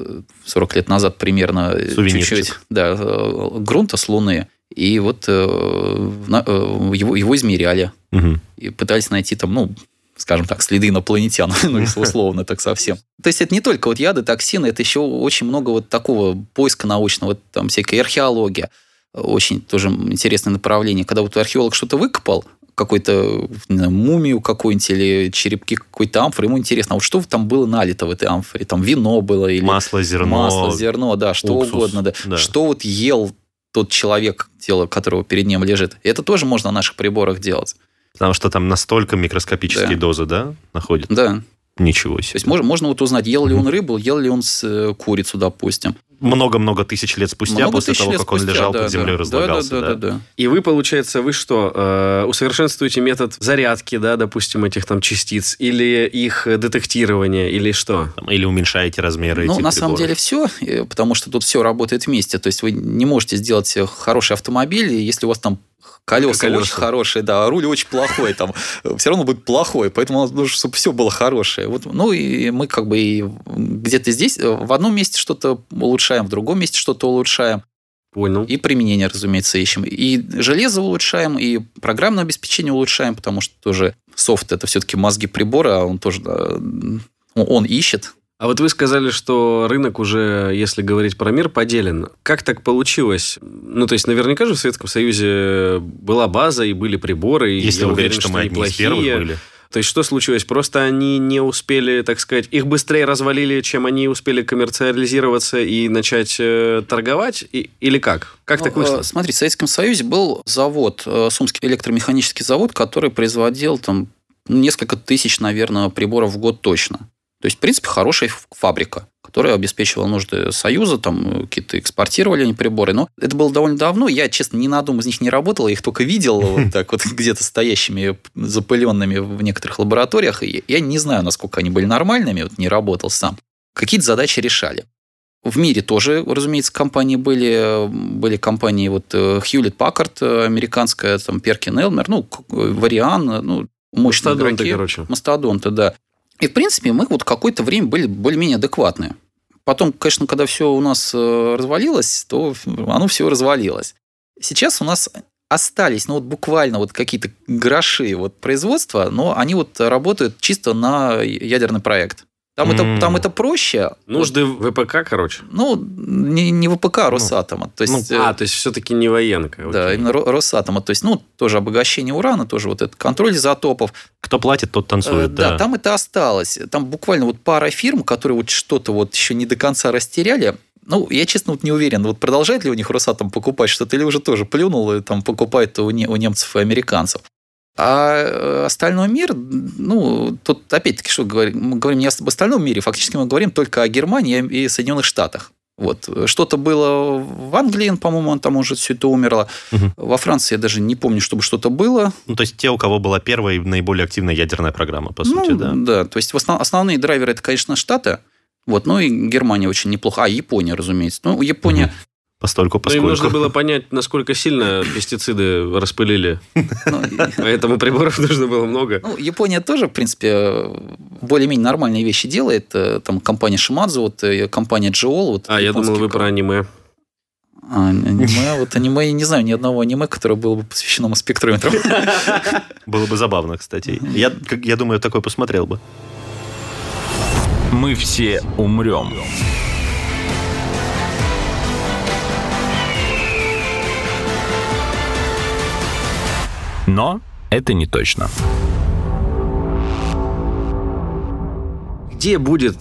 40 лет назад примерно чуть-чуть грунта с Луны. И вот его измеряли. И пытались найти там, скажем так, следы инопланетян, если условно так совсем. То есть, это не только вот яды, токсины, это еще очень много вот такого поиска научного, там всякая археология. Очень тоже интересное направление. Когда вот археолог что-то выкопал, какую-то мумию какую-нибудь или черепки какой-то амфоры, ему интересно, а вот что там было налито в этой амфоре? Там вино было или... Масло, зерно, да, что уксус, угодно. Да. Что вот ел тот человек, тело которого перед ним лежит. И это тоже можно на наших приборах делать. Потому что там настолько микроскопические дозы, да, находят? Да. Ничего себе. То есть, можно вот узнать, ел ли он рыбу, ел ли он курицу, допустим. Много-много тысяч лет спустя, после того, как он лежал под землей и разлагался. Да. И вы, получается, вы что, усовершенствуете метод зарядки, да, допустим, этих там частиц, или их детектирования, или что? Или уменьшаете размеры этих на самом деле все, потому что тут все работает вместе. То есть, вы не можете сделать хороший автомобиль, если у вас там колеса очень хорошие, да, руль очень плохой, там все равно будет плохой, поэтому нужно, чтобы все было хорошее. Вот, и мы как бы и где-то здесь в одном месте что-то улучшаем, в другом месте что-то улучшаем. Понял. И применение, разумеется, ищем. И железо улучшаем, и программное обеспечение улучшаем, потому что тоже софт – это все-таки мозги прибора, он тоже он ищет. А вот вы сказали, что рынок уже, если говорить про мир, поделен. Как так получилось? То есть, наверняка же в Советском Союзе была база, и были приборы. И если вы говорите, что мы одни из первых были. То есть что случилось? Просто они не успели, так сказать, их быстрее развалили, чем они успели коммерциализироваться и начать торговать? Или как? Как так вышло? Смотри, в Советском Союзе был завод, Сумский электромеханический завод, который производил там несколько тысяч, наверное, приборов в год точно. То есть, в принципе, хорошая фабрика, которая обеспечивала нужды Союза, там какие-то экспортировали они приборы. Но это было довольно давно. Я, честно, ни на одном из них не работал, я их только видел вот так вот где-то стоящими, запыленными в некоторых лабораториях. И я не знаю, насколько они были нормальными, вот не работал сам. Какие-то задачи решали. В мире тоже, разумеется, компании были компании вот Hewlett-Packard, американская, там Perkin-Elmer, Varian, мощные игроки. Мастодонты, да. И, в принципе, мы вот какое-то время были более-менее адекватные. Потом, конечно, когда все у нас развалилось, то оно все развалилось. Сейчас у нас остались, буквально какие-то гроши производства, но они работают чисто на ядерный проект. Там это проще. Нужды ВПК, короче. Не ВПК, а Росатома. То есть, то есть, все-таки не военка. Да, именно Росатома. То есть, тоже обогащение урана, тоже этот контроль изотопов. Кто платит, тот танцует. Да, там это осталось. Там буквально пара фирм, которые что-то еще не до конца растеряли. Я, честно, не уверен, продолжает ли у них Росатом покупать что-то, или уже тоже плюнул и там покупает у немцев и американцев. А остальной мир, тут опять-таки, что говорим? Мы говорим не об остальном мире, фактически мы говорим только о Германии и Соединенных Штатах. Что-то было в Англии, по-моему, там уже все это умерло. Угу. Во Франции я даже не помню, чтобы что-то было. То есть, те, у кого была первая и наиболее активная ядерная программа, по сути, да? Да, то есть, основные драйверы, это, конечно, Штаты, и Германия очень неплохо. А Япония, разумеется. Япония... Угу. Постольку. Им нужно было понять, насколько сильно пестициды распылили. Поэтому приборов нужно было много. Япония тоже, в принципе, более-менее нормальные вещи делает. Там компания Shimadzu, компания Geol. Я думал, вы про аниме. Аниме, я не знаю ни одного аниме, которое было бы посвящено масс-спектрометрам. Было бы забавно, кстати. Я думаю, такое посмотрел бы. Мы все умрем. Но это не точно. Где будет,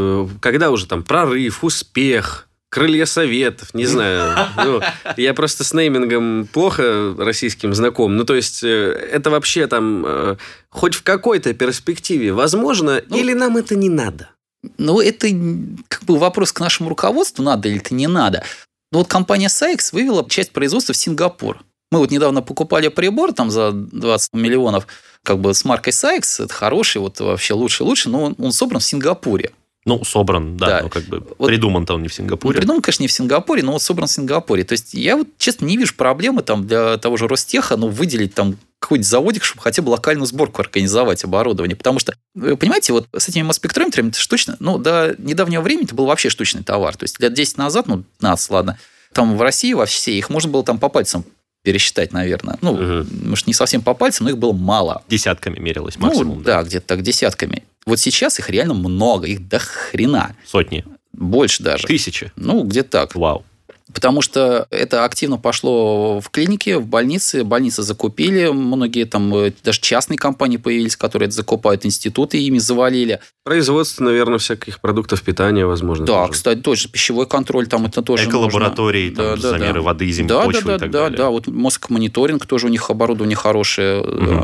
когда уже там прорыв, успех, крылья советов, не знаю. Я просто с неймингом плохо российским знаком. То есть, это вообще там хоть в какой-то перспективе возможно, или нам это не надо? Это вопрос к нашему руководству, надо или это не надо. Компания Сайкс вывела часть производства в Сингапур. Мы недавно покупали прибор там за 20 миллионов с маркой Сайкс. Это хороший, вообще лучше, но он собран в Сингапуре. Собран, да. Придуман-то он не в Сингапуре. Придуман, конечно, не в Сингапуре, но собран в Сингапуре. То есть, я честно не вижу проблемы для того же Ростеха, выделить там какой-нибудь заводик, чтобы хотя бы локальную сборку организовать оборудование. Потому что, вы понимаете, с этими масс-спектрометрами это штучно, до недавнего времени это был вообще штучный товар. То есть, лет 10 назад, 15, ладно, там в России во всей их можно было там по пальцам пересчитать, наверное. Может, не совсем по пальцам, но их было мало. Десятками мерилось максимум. Да, где-то так, десятками. Сейчас их реально много, их до хрена. Сотни. Больше даже. Тысячи. Где-то так. Вау. Потому что это активно пошло в клинике, в больницы. Больницы закупили. Многие там даже частные компании появились, которые это закупают. Институты ими завалили. Производство, наверное, всяких продуктов питания, возможно. Да, тоже. Кстати, тоже пищевой контроль. Там это тоже эколаборатории, там, замеры воды, почвы и так далее. Да, Москомониторинг тоже у них оборудование хорошее,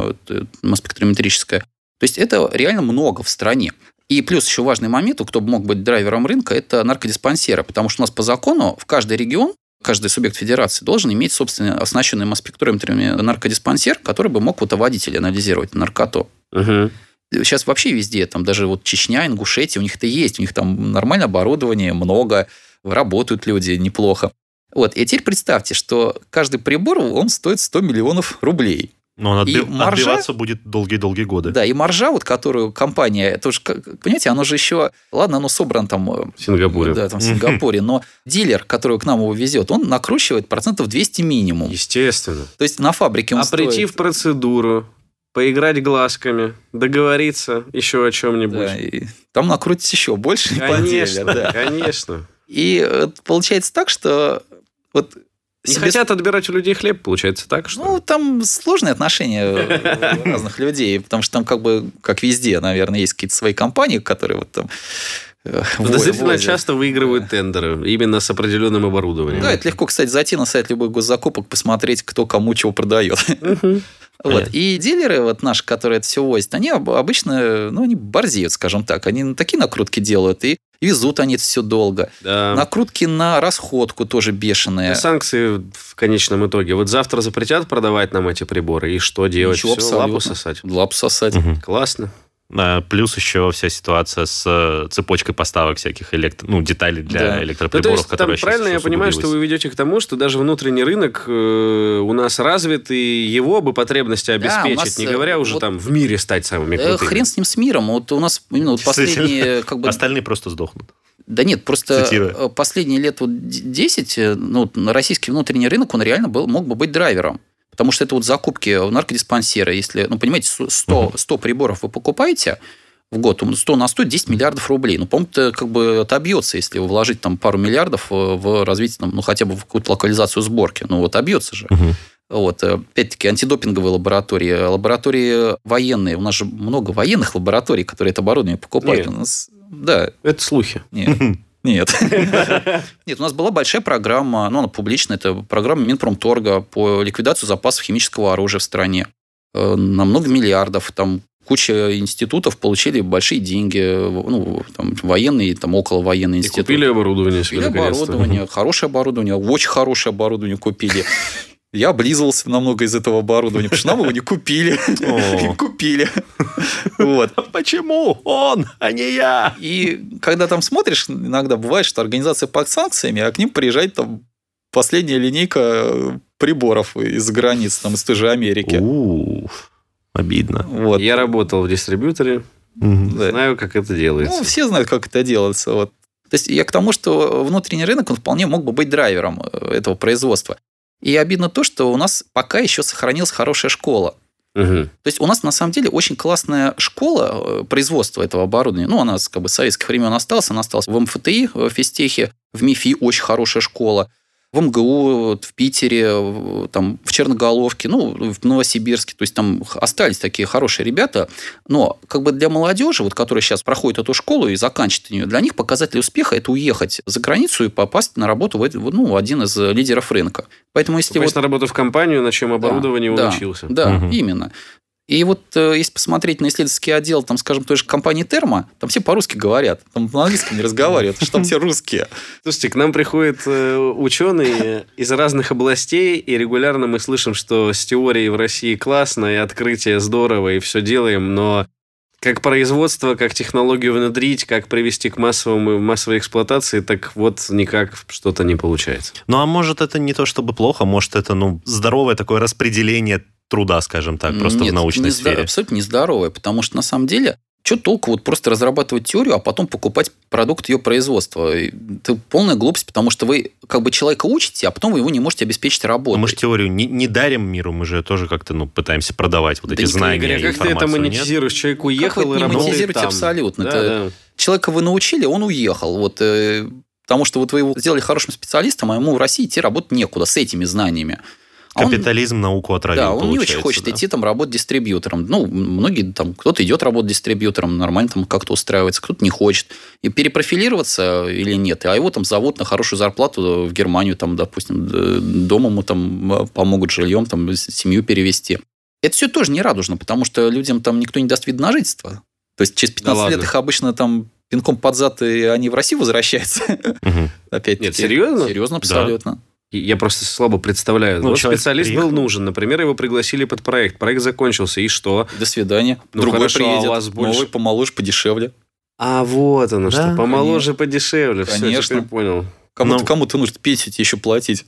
масс-спектрометрическое. То есть, это реально много в стране. И плюс еще важный момент, кто мог быть драйвером рынка, это наркодиспансеры. Потому что у нас по закону в каждый регион, каждый субъект федерации должен иметь собственный оснащенный масс-спектрометрами наркодиспансер, который бы мог водителя анализировать наркоту. Угу. Сейчас вообще везде, там даже Чечня, Ингушетия, у них это есть, у них там нормальное оборудование, много, работают люди неплохо. И теперь представьте, что каждый прибор, он стоит 100 миллионов рублей. Но он отбиваться будет долгие-долгие годы. Да, и маржа, которую компания... Это же, понимаете, оно же еще... Ладно, оно собрано там... В Сингапуре. Да, там в Сингапуре. Но дилер, который к нам его везет, он накручивает 200% минимум. Естественно. То есть, на фабрике он стоит... прийти в процедуру, поиграть глазками, договориться еще о чем-нибудь. Да, и там накрутить еще больше. Конечно, конечно. И получается так, что Не хотят отбирать у людей хлеб, получается так, что Ну, там сложные отношения у разных людей, потому что там как везде, наверное, есть какие-то свои компании, которые вот там Подозрительно часто выигрывают тендеры именно с определенным оборудованием. Да, это легко, кстати, зайти на сайт любых госзакупок, посмотреть, кто кому чего продает. Вот. И дилеры вот наши, которые это все возят, они обычно, они борзеют, скажем так. Они такие накрутки делают, и везут они это все долго. Да. Накрутки на расходку тоже бешеные. Санкции в конечном итоге. Вот завтра запретят продавать нам эти приборы, и что делать? Ничего, все, лапу сосать. Лапу сосать. Классно. Плюс еще вся ситуация с цепочкой поставок всяких деталей для электроприборов, которые там правильно я понимаю, что вы ведете к тому, что даже внутренний рынок у нас развит, и его бы потребности обеспечить, не говоря уже там в мире стать самыми крутыми. Хрен с ним с миром. Вот у нас именно последние... Остальные просто сдохнут. Да нет, просто последние лет 10 российский внутренний рынок, он реально мог бы быть драйвером. Потому что это закупки в наркодиспансеры. Если, понимаете, 100 приборов вы покупаете в год, 100 на 100 – 10 миллиардов рублей. По-моему, это отобьется, если вложить там пару миллиардов в развитие, хотя бы в какую-то локализацию сборки. Обьется же. Вот. Опять-таки, антидопинговые лаборатории военные. У нас же много военных лабораторий, которые это оборудование покупают. Да. Это слухи. Нет. Нет, у нас была большая программа, она публичная, это программа Минпромторга по ликвидации запасов химического оружия в стране. На много миллиардов. Там куча институтов получили большие деньги. Военные, околовоенные институты. Купили оборудование. Купили оборудование, хорошее оборудование, очень хорошее оборудование купили. Я облизывался намного из этого оборудования, потому что нам его не купили. Купили. Вот. Почему он, а не я? И когда там смотришь, иногда бывает, что организация под санкциями, а к ним приезжает там последняя линейка приборов из-за границ, из той же Америки. Обидно. Вот. Я работал в дистрибьюторе, знаю, как это делается. Все знают, как это делается. Вот. То есть я к тому, что внутренний рынок, он вполне мог бы быть драйвером этого производства. И обидно то, что у нас пока еще сохранилась хорошая школа. То есть у нас на самом деле очень классная школа производства этого оборудования. Она с советских времен осталась. Она осталась в МФТИ, в Физтехе, в МИФИ очень хорошая школа. В МГУ, в Питере, там, в Черноголовке, в Новосибирске. То есть там остались такие хорошие ребята. Но для молодежи, которая сейчас проходит эту школу и заканчивает ее, для них показатель успеха – это уехать за границу и попасть на работу в один из лидеров рынка. Поэтому если попасть на работу в компанию, на чем оборудовании он учился. Да, именно. И если посмотреть на исследовательский отдел, скажем, той же компании «Термо», там все по-русски говорят, там на английском не разговаривают, потому что там все русские. Слушайте, к нам приходят ученые из разных областей, и регулярно мы слышим, что с теорией в России классно, и открытие здорово, и все делаем, но как производство, как технологию внедрить, как привести к массовой эксплуатации, так никак что-то не получается. А может, это не то чтобы плохо, может, это здоровое такое распределение труда, скажем так, просто в научной сфере. Абсолютно нездоровое, потому что на самом деле что толку просто разрабатывать теорию, а потом покупать продукт ее производства? Это полная глупость, потому что вы человека учите, а потом вы его не можете обеспечить работой. Мы же теорию не дарим миру, мы же тоже как-то пытаемся продавать эти знания. Как ты это монетизируешь? Человек уехал и работает там. Не монетизируете абсолютно. Человека вы научили, он уехал. Потому что вы его сделали хорошим специалистом, а ему в России идти работать некуда с этими знаниями. Капитализм науку отравил, да, он не очень хочет идти работать дистрибьютором. Многие кто-то идет работать дистрибьютором, нормально как-то устраивается, кто-то не хочет. И перепрофилироваться или нет, а его зовут на хорошую зарплату в Германию, допустим, дома ему помогут жильем, семью перевести. Это все тоже не радужно, потому что людям никто не даст вид на жительство. То есть через 15 лет их обычно пинком под зад, и они в Россию возвращаются. Опять-таки. Нет, серьезно? Серьезно, абсолютно. Я просто слабо представляю. Специалист был нужен. Например, его пригласили под проект. Проект закончился. И что? До свидания. Другой приедет. А новый, помоложе, подешевле. Вот оно что. Помоложе, подешевле. Все, теперь понял. Кому-то нужно пенсию еще платить.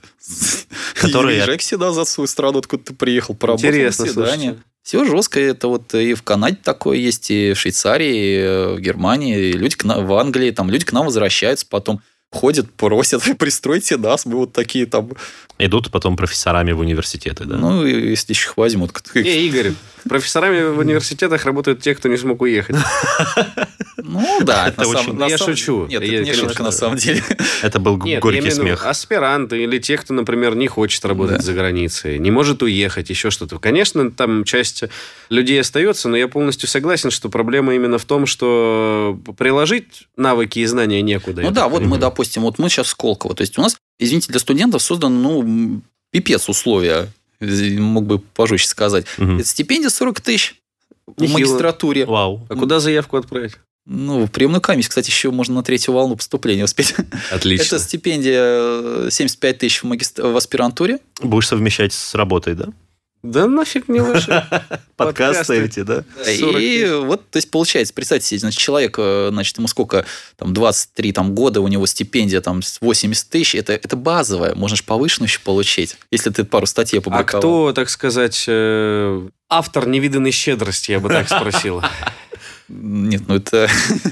Езжай всегда за свою страну, откуда ты приехал, поработал. Интересно, слушайте. Все жестко. Это и в Канаде такое есть, и в Швейцарии, и в Германии, и люди в Англии. Люди к нам возвращаются потом. Ходят, просят, пристройте нас, мы такие Идут потом профессорами в университеты, да? Если еще их возьмут. Игорь, профессорами в университетах работают те, кто не смог уехать. Ну да, это очень... Я шучу. Нет, это не шутка на самом деле. Это был горький смех. Аспиранты или те, кто, например, не хочет работать за границей, не может уехать, еще что-то. Конечно, там часть людей остается, но я полностью согласен, что проблема именно в том, что приложить навыки и знания некуда. Ну да, вот мы, допустим, вот мы сейчас в Сколково. То есть у нас, извините, для студентов созданы, пипец условия. Мог бы пожестче сказать. Это стипендия 40 тысяч в магистратуре. Вау. А куда заявку отправить? В приемную комиссию, кстати, еще можно на 3-ю волну поступления успеть. Отлично. Это стипендия 75 тысяч в аспирантуре. Будешь совмещать с работой, да? Да нафиг не ваши подкасты эти, да? И вот, то есть, получается, представьте себе, значит, человек, значит, ему сколько, там, 23 года, у него стипендия, там, 80 тысяч, это базовая, можно же повышенную еще получить, если ты пару статей опубликовал. А кто, так сказать, автор невиданной щедрости, я бы так спросил? Нет, это...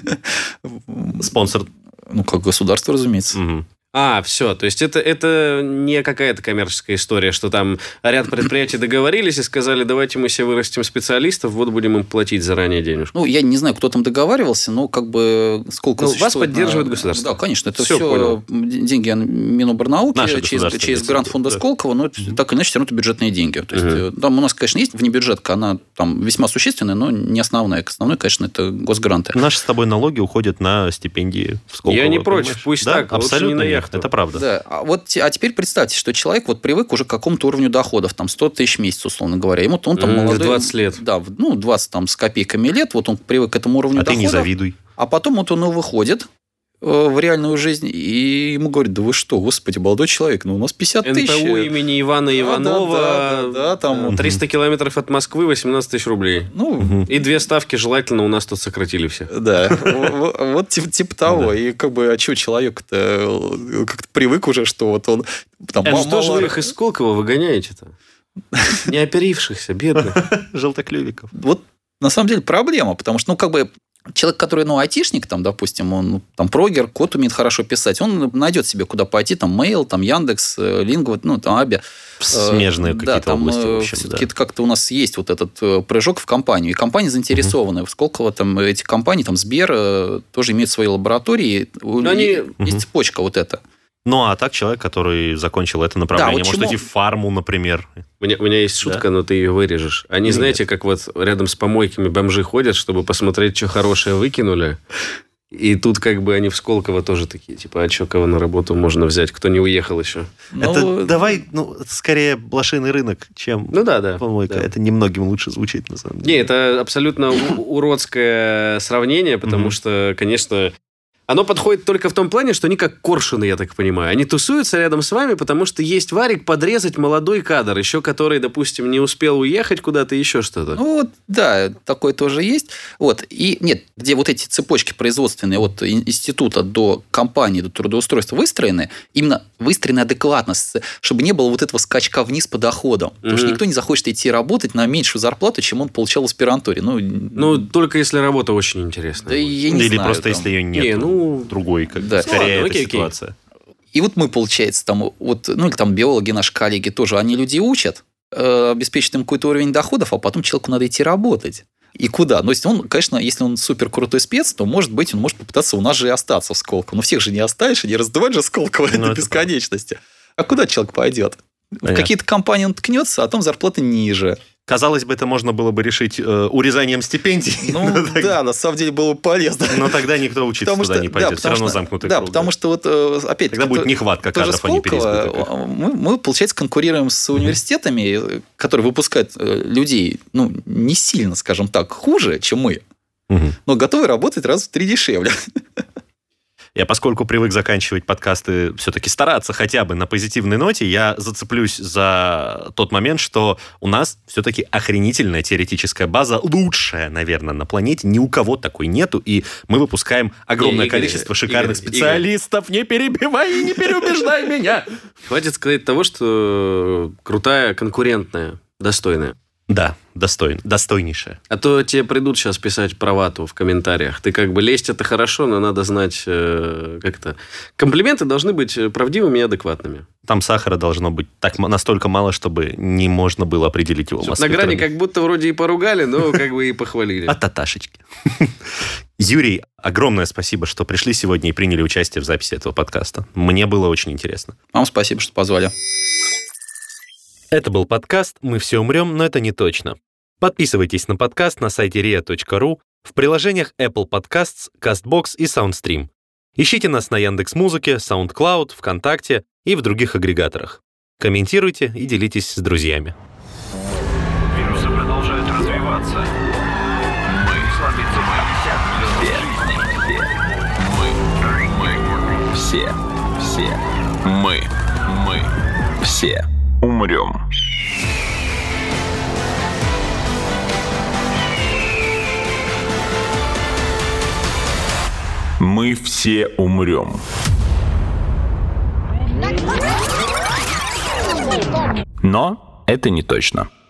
Спонсор. Как государство, разумеется. Все, то есть это не какая-то коммерческая история, что там ряд предприятий договорились и сказали, давайте мы себе вырастим специалистов, вот будем им платить заранее денежку. Я не знаю, кто там договаривался, но сколько вас поддерживает государство. Да, конечно, это все деньги Минобрнауки через грант фонда Сколково, но так или иначе все равно это бюджетные деньги. То есть там у нас, конечно, есть внебюджетка, она там весьма существенная, но не основная. Основной, конечно, это госгранты. Наши с тобой налоги уходят на стипендии в Сколково. Я не против, пусть так, абсолютно нет. Это правда. Да. А теперь представьте, что человек привык уже к какому-то уровню доходов, там 100 тысяч в месяц, условно говоря. Ему он там молодой. 20 лет. Да, 20 там с копейками лет, вот он привык к этому уровню доходов. А ты не завидуй. А потом он выходит в реальную жизнь, и ему говорят, да вы что, господи, молодой человек, у нас 50 тысяч. НПУ имени Ивана Иванова, да, там 300 километров от Москвы, 18 тысяч рублей. И 2 ставки желательно у нас тут сократили все. Да, вот типа того. И а что человек-то как-то привык уже, что вот он... Что же вы их из Сколково выгоняете-то? Не оперившихся, бедных. Желтоклювиков. Вот на самом деле проблема, потому что, человек, который, айтишник, там, допустим, он там прогер, код умеет хорошо писать, он найдет себе, куда пойти, там, Mail, там, Яндекс, Лингва, там, Аби. Смежные какие-то области, в общем, все-таки как-то у нас есть вот этот прыжок в компанию, и компании заинтересованы. Сколково там эти компании, там, Сбер тоже имеют свои лаборатории, есть цепочка вот эта. А так человек, который закончил это направление, может идти в фарму, например. У меня есть шутка, но ты ее вырежешь. Они, знаете, как вот рядом с помойками бомжи ходят, чтобы посмотреть, что хорошее выкинули. И тут они в Сколково тоже такие, а что, кого на работу можно взять, кто не уехал еще? Это скорее блошиный рынок, чем помойка. Да. Это немногим лучше звучит, на самом деле. Не, это абсолютно уродское сравнение, потому что, конечно... Оно подходит только в том плане, что они как коршуны, я так понимаю. Они тусуются рядом с вами, потому что есть варик подрезать молодой кадр, еще который, допустим, не успел уехать куда-то, еще что-то. Да, такое тоже есть. И нет, где вот эти цепочки производственные от института до компании, до трудоустройства выстроены, именно выстроены адекватно, чтобы не было вот этого скачка вниз по доходам. Потому что никто не захочет идти работать на меньшую зарплату, чем он получал в аспирантуре. Только если работа очень интересная. Да, я не знаю. Или просто если ее нет. Другой, скорее эта ситуация. И мы, получается, или там биологи, наши коллеги тоже, они людей учат, обеспечат им какой-то уровень доходов, а потом человеку надо идти работать. И куда? То есть он, конечно, если он супер крутой спец, то, может быть, он может попытаться у нас же и остаться в Сколково. Но всех же не оставишь, и не раздувать же Сколково до бесконечности. А куда человек пойдет? В какие-то компании он ткнется, а там зарплата ниже. Казалось бы, это можно было бы решить урезанием стипендий. Да, на самом деле было бы полезно. Но тогда никто учиться туда не пойдет. Все равно замкнутый круг. Да, потому что опять... Тогда будет нехватка кадров, а не переизбыток. Мы, получается, конкурируем с университетами, которые выпускают людей, не сильно, скажем так, хуже, чем мы, но готовы работать раз в 3 дешевле. Я, поскольку привык заканчивать подкасты, все-таки стараться хотя бы на позитивной ноте, я зацеплюсь за тот момент, что у нас все-таки охренительная теоретическая база, лучшая, наверное, на планете. Ни у кого такой нету, и мы выпускаем огромное количество шикарных специалистов. Не перебивай и не переубеждай меня! Хватит сказать того, что крутая, конкурентная, достойная. Да, достойнейшая. А то тебе придут сейчас писать про вату в комментариях. Ты лезть это хорошо, но надо знать как-то. Комплименты должны быть правдивыми и адекватными. Там сахара должно быть настолько мало, чтобы не можно было определить его на грани как будто вроде и поругали, но и похвалили. А таташечки. Юрий, огромное спасибо, что пришли сегодня и приняли участие в записи этого подкаста. Мне было очень интересно. Вам спасибо, что позвали. Это был подкаст «Мы все умрем, но это не точно». Подписывайтесь на подкаст на сайте ria.ru, в приложениях Apple Podcasts, CastBox и SoundStream. Ищите нас на Яндекс.Музыке, SoundCloud, ВКонтакте и в других агрегаторах. Комментируйте и делитесь с друзьями. Вирусы продолжают развиваться. Мы слабится 50 Мы все умрем. Мы все умрем. Но это не точно.